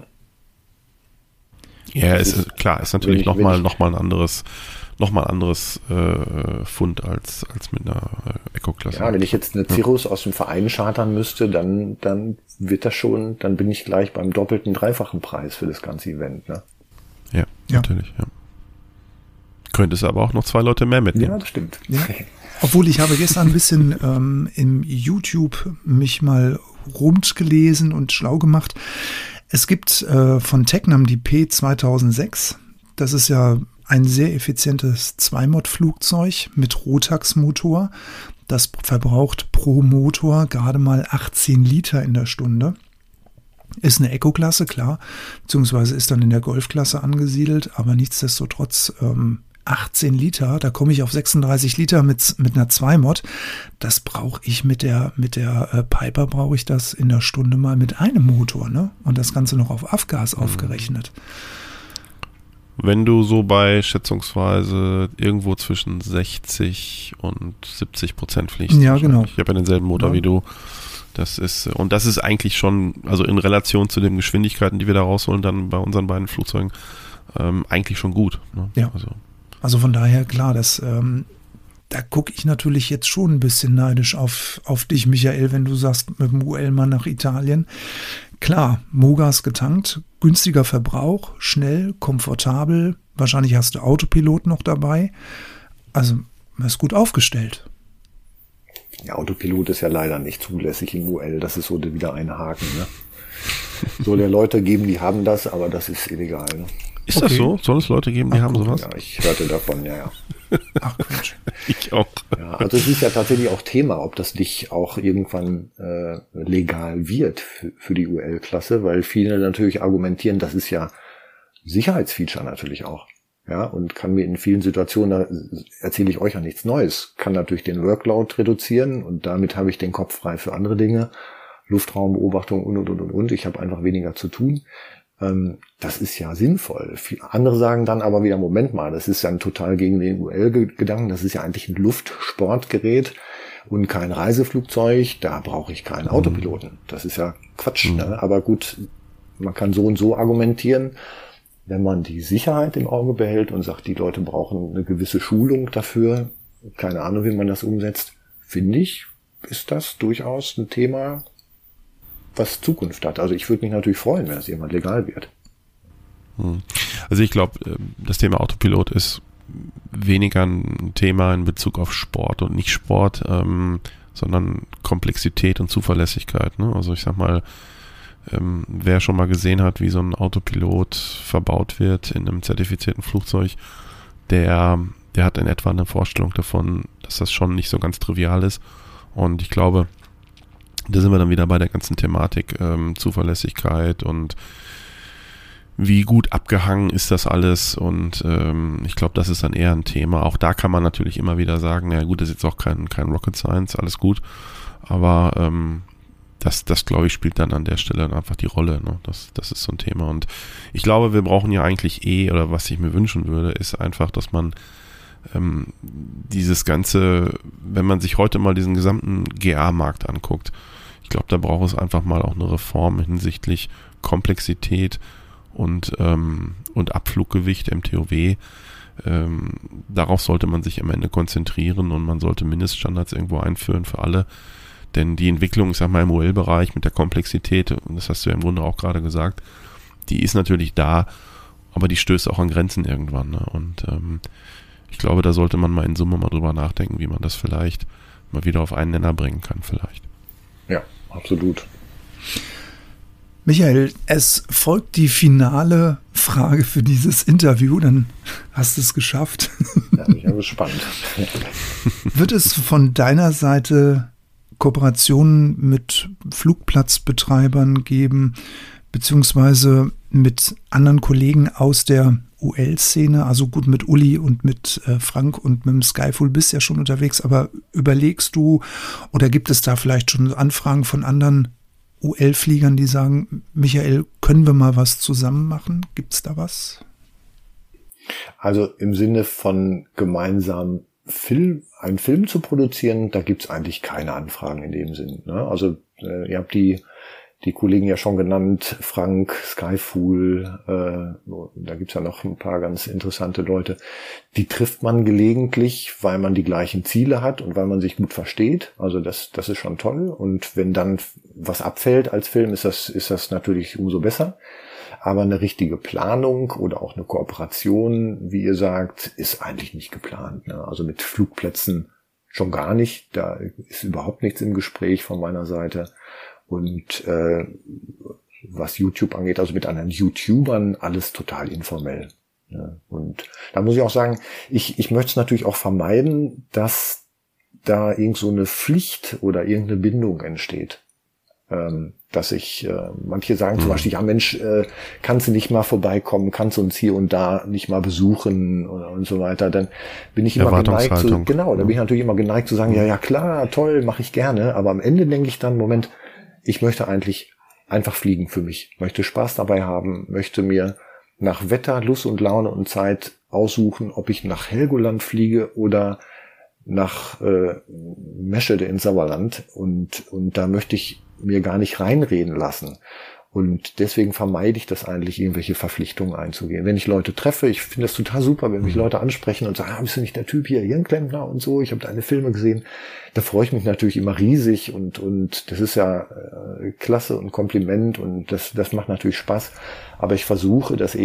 Ja, ist natürlich nochmal ein anderes Fund als mit einer Eco-Klasse. Ja, wenn ich jetzt eine Cirrus aus dem Verein chartern müsste, dann wird das schon, dann bin ich gleich beim doppelten, dreifachen Preis für das ganze Event, ne? Ja, natürlich, ja. Könntest aber auch noch 2 Leute mehr mitnehmen. Ja, das stimmt. Ja. Obwohl, ich habe gestern ein bisschen im YouTube mich mal rund gelesen und schlau gemacht. Es gibt von Tecnam die P2006. Das ist ja ein sehr effizientes Zweimod-Flugzeug mit Rotax-Motor. Das verbraucht pro Motor gerade mal 18 Liter in der Stunde. Ist eine Eco-Klasse, klar, beziehungsweise ist dann in der Golf-Klasse angesiedelt, aber nichtsdestotrotz 18 Liter, da komme ich auf 36 Liter mit einer Zweimod. Das brauche ich mit der Piper, brauche ich das in der Stunde mal mit einem Motor, ne? Und das Ganze noch auf Avgas aufgerechnet. Wenn du so bei schätzungsweise irgendwo zwischen 60 und 70% fliegst. Ja, genau. Ich habe ja denselben Motor wie du. Das ist eigentlich schon, also in Relation zu den Geschwindigkeiten, die wir da rausholen, dann bei unseren beiden Flugzeugen, eigentlich schon gut. Ne? Ja. Also von daher, klar, da gucke ich natürlich jetzt schon ein bisschen neidisch auf dich, Michael, wenn du sagst, mit dem UL mal nach Italien. Klar, Mogas getankt, günstiger Verbrauch, schnell, komfortabel, wahrscheinlich hast du Autopilot noch dabei. Also, man ist gut aufgestellt. Ja, Autopilot ist ja leider nicht zulässig im UL, das ist so wieder ein Haken, ne? Soll ja Leute geben, die haben das, aber das ist illegal, ne? Ist das so? Soll es Leute geben, die haben sowas? Ja, ich hörte davon, ja. Ach Quatsch. Ich auch. Ja, also es ist ja tatsächlich auch Thema, ob das nicht auch irgendwann legal wird für die UL-Klasse, weil viele natürlich argumentieren, das ist ja Sicherheitsfeature natürlich auch. Ja, und kann mir in vielen Situationen, da erzähle ich euch ja nichts Neues, kann natürlich den Workload reduzieren, und damit habe ich den Kopf frei für andere Dinge, Luftraumbeobachtung und. Ich habe einfach weniger zu tun. Das ist ja sinnvoll. Andere sagen dann aber wieder, Moment mal, das ist ja total gegen den UL-Gedanken, das ist ja eigentlich ein Luftsportgerät und kein Reiseflugzeug, da brauche ich keinen Autopiloten. Das ist ja Quatsch, ne? Aber gut, man kann so und so argumentieren, wenn man die Sicherheit im Auge behält und sagt, die Leute brauchen eine gewisse Schulung dafür, keine Ahnung, wie man das umsetzt, finde ich, ist das durchaus ein Thema, was Zukunft hat. Also ich würde mich natürlich freuen, wenn das irgendwann legal wird. Also ich glaube, das Thema Autopilot ist weniger ein Thema in Bezug auf Sport und nicht Sport, sondern Komplexität und Zuverlässigkeit, ne? Also ich sag mal, wer schon mal gesehen hat, wie so ein Autopilot verbaut wird in einem zertifizierten Flugzeug, der hat in etwa eine Vorstellung davon, dass das schon nicht so ganz trivial ist. Und ich glaube, da sind wir dann wieder bei der ganzen Thematik Zuverlässigkeit und wie gut abgehangen ist das alles, und ich glaube, das ist dann eher ein Thema. Auch da kann man natürlich immer wieder sagen, na gut, das ist jetzt auch kein Rocket Science, alles gut, aber das glaube ich, spielt dann an der Stelle einfach die Rolle. Ne? Das ist so ein Thema. Und ich glaube, wir brauchen ja eigentlich oder was ich mir wünschen würde, ist einfach, dass man dieses Ganze, wenn man sich heute mal diesen gesamten GA-Markt anguckt, ich glaube, da braucht es einfach mal auch eine Reform hinsichtlich Komplexität und Abfluggewicht MTOW. Darauf sollte man sich am Ende konzentrieren und man sollte Mindeststandards irgendwo einführen für alle. Denn die Entwicklung, ich sag mal, im OL-Bereich mit der Komplexität, und das hast du ja im Grunde auch gerade gesagt, die ist natürlich da, aber die stößt auch an Grenzen irgendwann. Ne? Und ich glaube, da sollte man mal in Summe mal drüber nachdenken, wie man das vielleicht mal wieder auf einen Nenner bringen kann vielleicht. Ja, absolut. Michael, es folgt die finale Frage für dieses Interview, dann hast du es geschafft. Ja, bin ich ja gespannt. Wird es von deiner Seite Kooperationen mit Flugplatzbetreibern geben, beziehungsweise mit anderen Kollegen aus der UL-Szene? Also gut, mit Uli und mit Frank und mit dem Skyful bist ja schon unterwegs, aber überlegst du oder gibt es da vielleicht schon Anfragen von anderen UL-Fliegern, die sagen, Michael, können wir mal was zusammen machen? Gibt es da was? Also im Sinne von gemeinsam einen Film zu produzieren, da gibt's eigentlich keine Anfragen in dem Sinn. Ne? Also ihr habt die Kollegen ja schon genannt, Frank, Skyful, da gibt's ja noch ein paar ganz interessante Leute. Die trifft man gelegentlich, weil man die gleichen Ziele hat und weil man sich gut versteht. Also das ist schon toll. Und wenn dann was abfällt als Film, ist das natürlich umso besser. Aber eine richtige Planung oder auch eine Kooperation, wie ihr sagt, ist eigentlich nicht geplant. Ne? Also mit Flugplätzen schon gar nicht. Da ist überhaupt nichts im Gespräch von meiner Seite. Und was YouTube angeht, also mit anderen YouTubern, alles total informell. Ja, und da muss ich auch sagen, ich möchte es natürlich auch vermeiden, dass da irgend so eine Pflicht oder irgendeine Bindung entsteht. Dass manche sagen zum Beispiel, ja Mensch, kannst du nicht mal vorbeikommen, kannst du uns hier und da nicht mal besuchen und so weiter, dann bin ich immer geneigt da bin ich natürlich immer geneigt zu sagen, ja klar, toll, mache ich gerne, aber am Ende denke ich dann, Moment, ich möchte eigentlich einfach fliegen für mich, möchte Spaß dabei haben, möchte mir nach Wetter, Lust und Laune und Zeit aussuchen, ob ich nach Helgoland fliege oder nach Meschede ins Sauerland und da möchte ich mir gar nicht reinreden lassen. Und deswegen vermeide ich das eigentlich, irgendwelche Verpflichtungen einzugehen. Wenn ich Leute treffe, ich finde das total super, wenn mich Leute ansprechen und sagen, bist du nicht der Typ hier, Jan Klempner und so, ich habe deine Filme gesehen. Da freue ich mich natürlich immer riesig und das ist ja klasse und Kompliment und das macht natürlich Spaß. Aber ich versuche das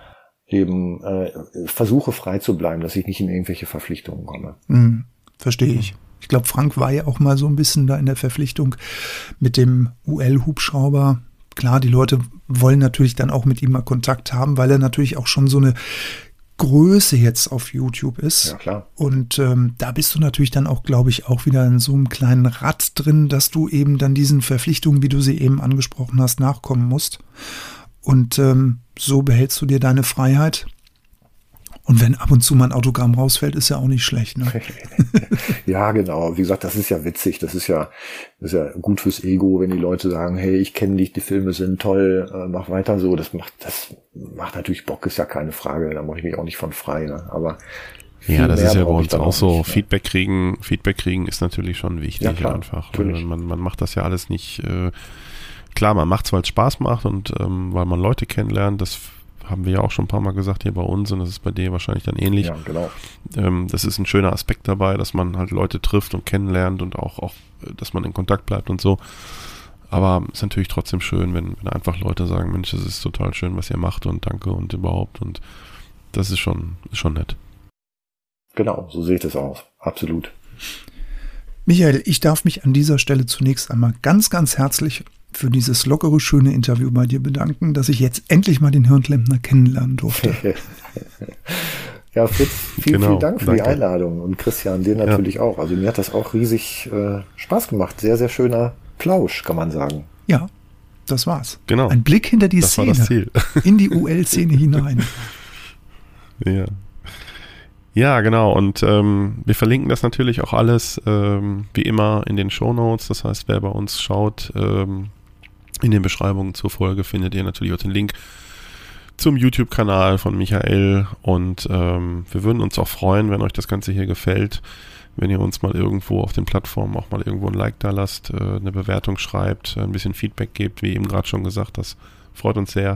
versuche frei zu bleiben, dass ich nicht in irgendwelche Verpflichtungen komme. Verstehe ich. Ich glaube, Frank war ja auch mal so ein bisschen da in der Verpflichtung mit dem UL-Hubschrauber. Klar, die Leute wollen natürlich dann auch mit ihm mal Kontakt haben, weil er natürlich auch schon so eine Größe jetzt auf YouTube ist. Ja, klar. Und da bist du natürlich dann auch, glaube ich, auch wieder in so einem kleinen Rad drin, dass du eben dann diesen Verpflichtungen, wie du sie eben angesprochen hast, nachkommen musst. Und so behältst du dir deine Freiheit. Und wenn ab und zu mal ein Autogramm rausfällt, ist ja auch nicht schlecht, ne? Ja, genau. Wie gesagt, das ist ja witzig. Das ist ja gut fürs Ego, wenn die Leute sagen, hey, ich kenne dich, die Filme sind toll, mach weiter so. Das macht natürlich Bock, ist ja keine Frage. Da mache ich mich auch nicht von frei, ne? Aber ja, das ist ja bei uns auch so. Nicht, Feedback kriegen ist natürlich schon wichtig, ja, klar, einfach. Man macht das ja alles nicht, klar, man macht es, weil es Spaß macht und weil man Leute kennenlernt, das haben wir ja auch schon ein paar Mal gesagt hier bei uns und das ist bei dir wahrscheinlich dann ähnlich. Ja, genau. Das ist ein schöner Aspekt dabei, dass man halt Leute trifft und kennenlernt und auch dass man in Kontakt bleibt und so. Aber es ist natürlich trotzdem schön, wenn einfach Leute sagen, Mensch, das ist total schön, was ihr macht und danke und überhaupt und das ist schon nett. Genau, so sehe ich das aus. Absolut. Michael, ich darf mich an dieser Stelle zunächst einmal ganz, ganz herzlich für dieses lockere, schöne Interview bei dir bedanken, dass ich jetzt endlich mal den Hirnklempner kennenlernen durfte. Ja, Fritz, vielen Dank für die Einladung und Christian, dir natürlich auch. Also mir hat das auch riesig Spaß gemacht. Sehr, sehr schöner Plausch, kann man sagen. Ja, das war's. Genau. Ein Blick hinter die Szene, in die UL-Szene hinein. Ja. Ja, genau. Und wir verlinken das natürlich auch alles wie immer in den Shownotes. Das heißt, wer bei uns schaut, in den Beschreibungen zur Folge findet ihr natürlich auch den Link zum YouTube-Kanal von Michael. Und wir würden uns auch freuen, wenn euch das Ganze hier gefällt, wenn ihr uns mal irgendwo auf den Plattformen auch mal irgendwo ein Like da lasst, eine Bewertung schreibt, ein bisschen Feedback gebt, wie eben gerade schon gesagt. Das freut uns sehr.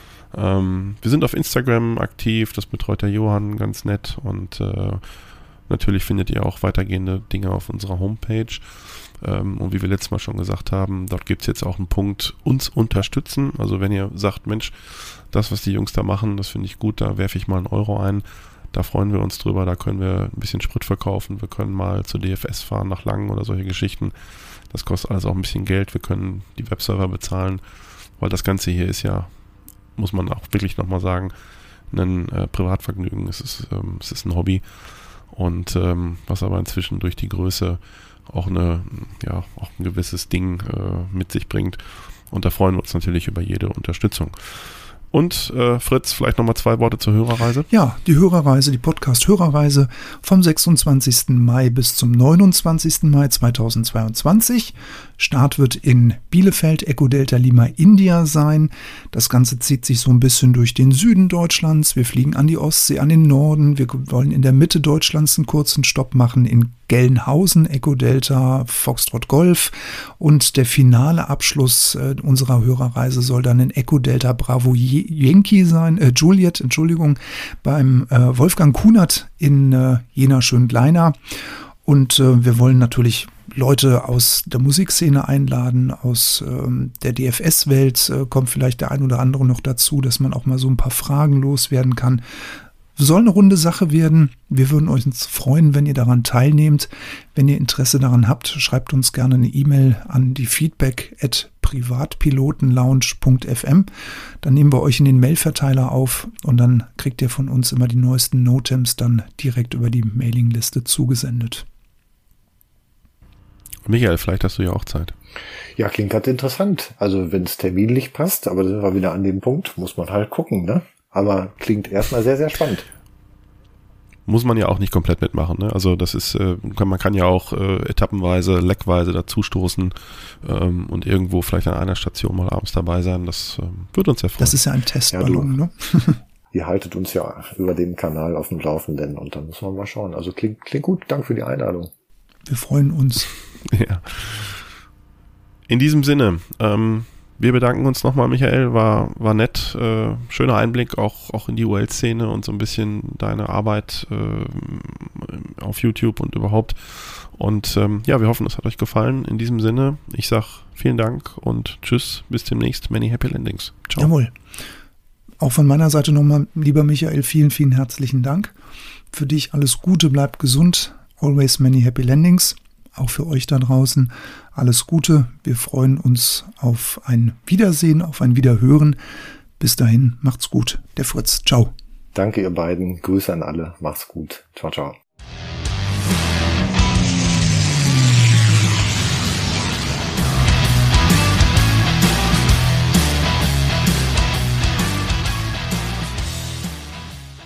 Wir sind auf Instagram aktiv, das betreut der Johann ganz nett und natürlich findet ihr auch weitergehende Dinge auf unserer Homepage und wie wir letztes Mal schon gesagt haben, dort gibt es jetzt auch einen Punkt uns unterstützen, also wenn ihr sagt, Mensch, das was die Jungs da machen, das finde ich gut, da werfe ich mal einen Euro ein, da freuen wir uns drüber, da können wir ein bisschen Sprit verkaufen, wir können mal zur DFS fahren nach Langen oder solche Geschichten, das kostet alles auch ein bisschen Geld, wir können die Webserver bezahlen, weil das Ganze hier ist ja, muss man auch wirklich nochmal sagen, ein Privatvergnügen. Es ist ein Hobby und was aber inzwischen durch die Größe auch ein gewisses Ding mit sich bringt. Und da freuen wir uns natürlich über jede Unterstützung. Und Fritz, vielleicht nochmal 2 Worte zur Hörerreise. Ja, die Hörerreise, die Podcast-Hörerreise vom 26. Mai bis zum 29. Mai 2022. Start wird in Bielefeld, Echo Delta Lima, India sein. Das Ganze zieht sich so ein bisschen durch den Süden Deutschlands. Wir fliegen an die Ostsee, an den Norden. Wir wollen in der Mitte Deutschlands einen kurzen Stopp machen in Gelnhausen, Echo Delta, Foxtrot Golf. Und der finale Abschluss unserer Hörerreise soll dann in Echo Delta Bravo Yankee sein, Juliet, beim Wolfgang Kunert in Jena Schöngleiner. Und wir wollen natürlich Leute aus der Musikszene einladen, aus der DFS-Welt kommt vielleicht der ein oder andere noch dazu, dass man auch mal so ein paar Fragen loswerden kann. Soll eine runde Sache werden. Wir würden uns freuen, wenn ihr daran teilnehmt. Wenn ihr Interesse daran habt, schreibt uns gerne eine E-Mail an die feedback@privatpilotenlounge.fm. Dann nehmen wir euch in den Mailverteiler auf und dann kriegt ihr von uns immer die neuesten Notems dann direkt über die Mailingliste zugesendet. Michael, vielleicht hast du ja auch Zeit. Ja, klingt ganz interessant. Also wenn es terminlich passt, aber da sind wir wieder an dem Punkt, muss man halt gucken, ne? Aber klingt erstmal sehr, sehr spannend. Muss man ja auch nicht komplett mitmachen, ne? Also das ist, man kann ja auch etappenweise, leckweise dazustoßen und irgendwo vielleicht an einer Station mal abends dabei sein. Das würde uns ja freuen. Das ist ja ein Testballon, ne? Ihr haltet uns ja über den Kanal auf dem Laufenden und dann müssen wir mal schauen. Also klingt gut. Danke für die Einladung. Wir freuen uns. Ja. In diesem Sinne, wir bedanken uns nochmal, Michael, war nett, schöner Einblick auch in die UL-Szene und so ein bisschen deine Arbeit auf YouTube und überhaupt. Und wir hoffen, es hat euch gefallen. In diesem Sinne, ich sage vielen Dank und tschüss, bis demnächst. Many Happy Landings. Ciao. Jawohl. Auch von meiner Seite nochmal, lieber Michael, vielen, vielen herzlichen Dank. Für dich alles Gute, bleibt gesund. Always many happy landings. Auch für euch da draußen alles Gute. Wir freuen uns auf ein Wiedersehen, auf ein Wiederhören. Bis dahin, macht's gut. Der Fritz. Ciao. Danke ihr beiden. Grüße an alle. Macht's gut. Ciao, ciao.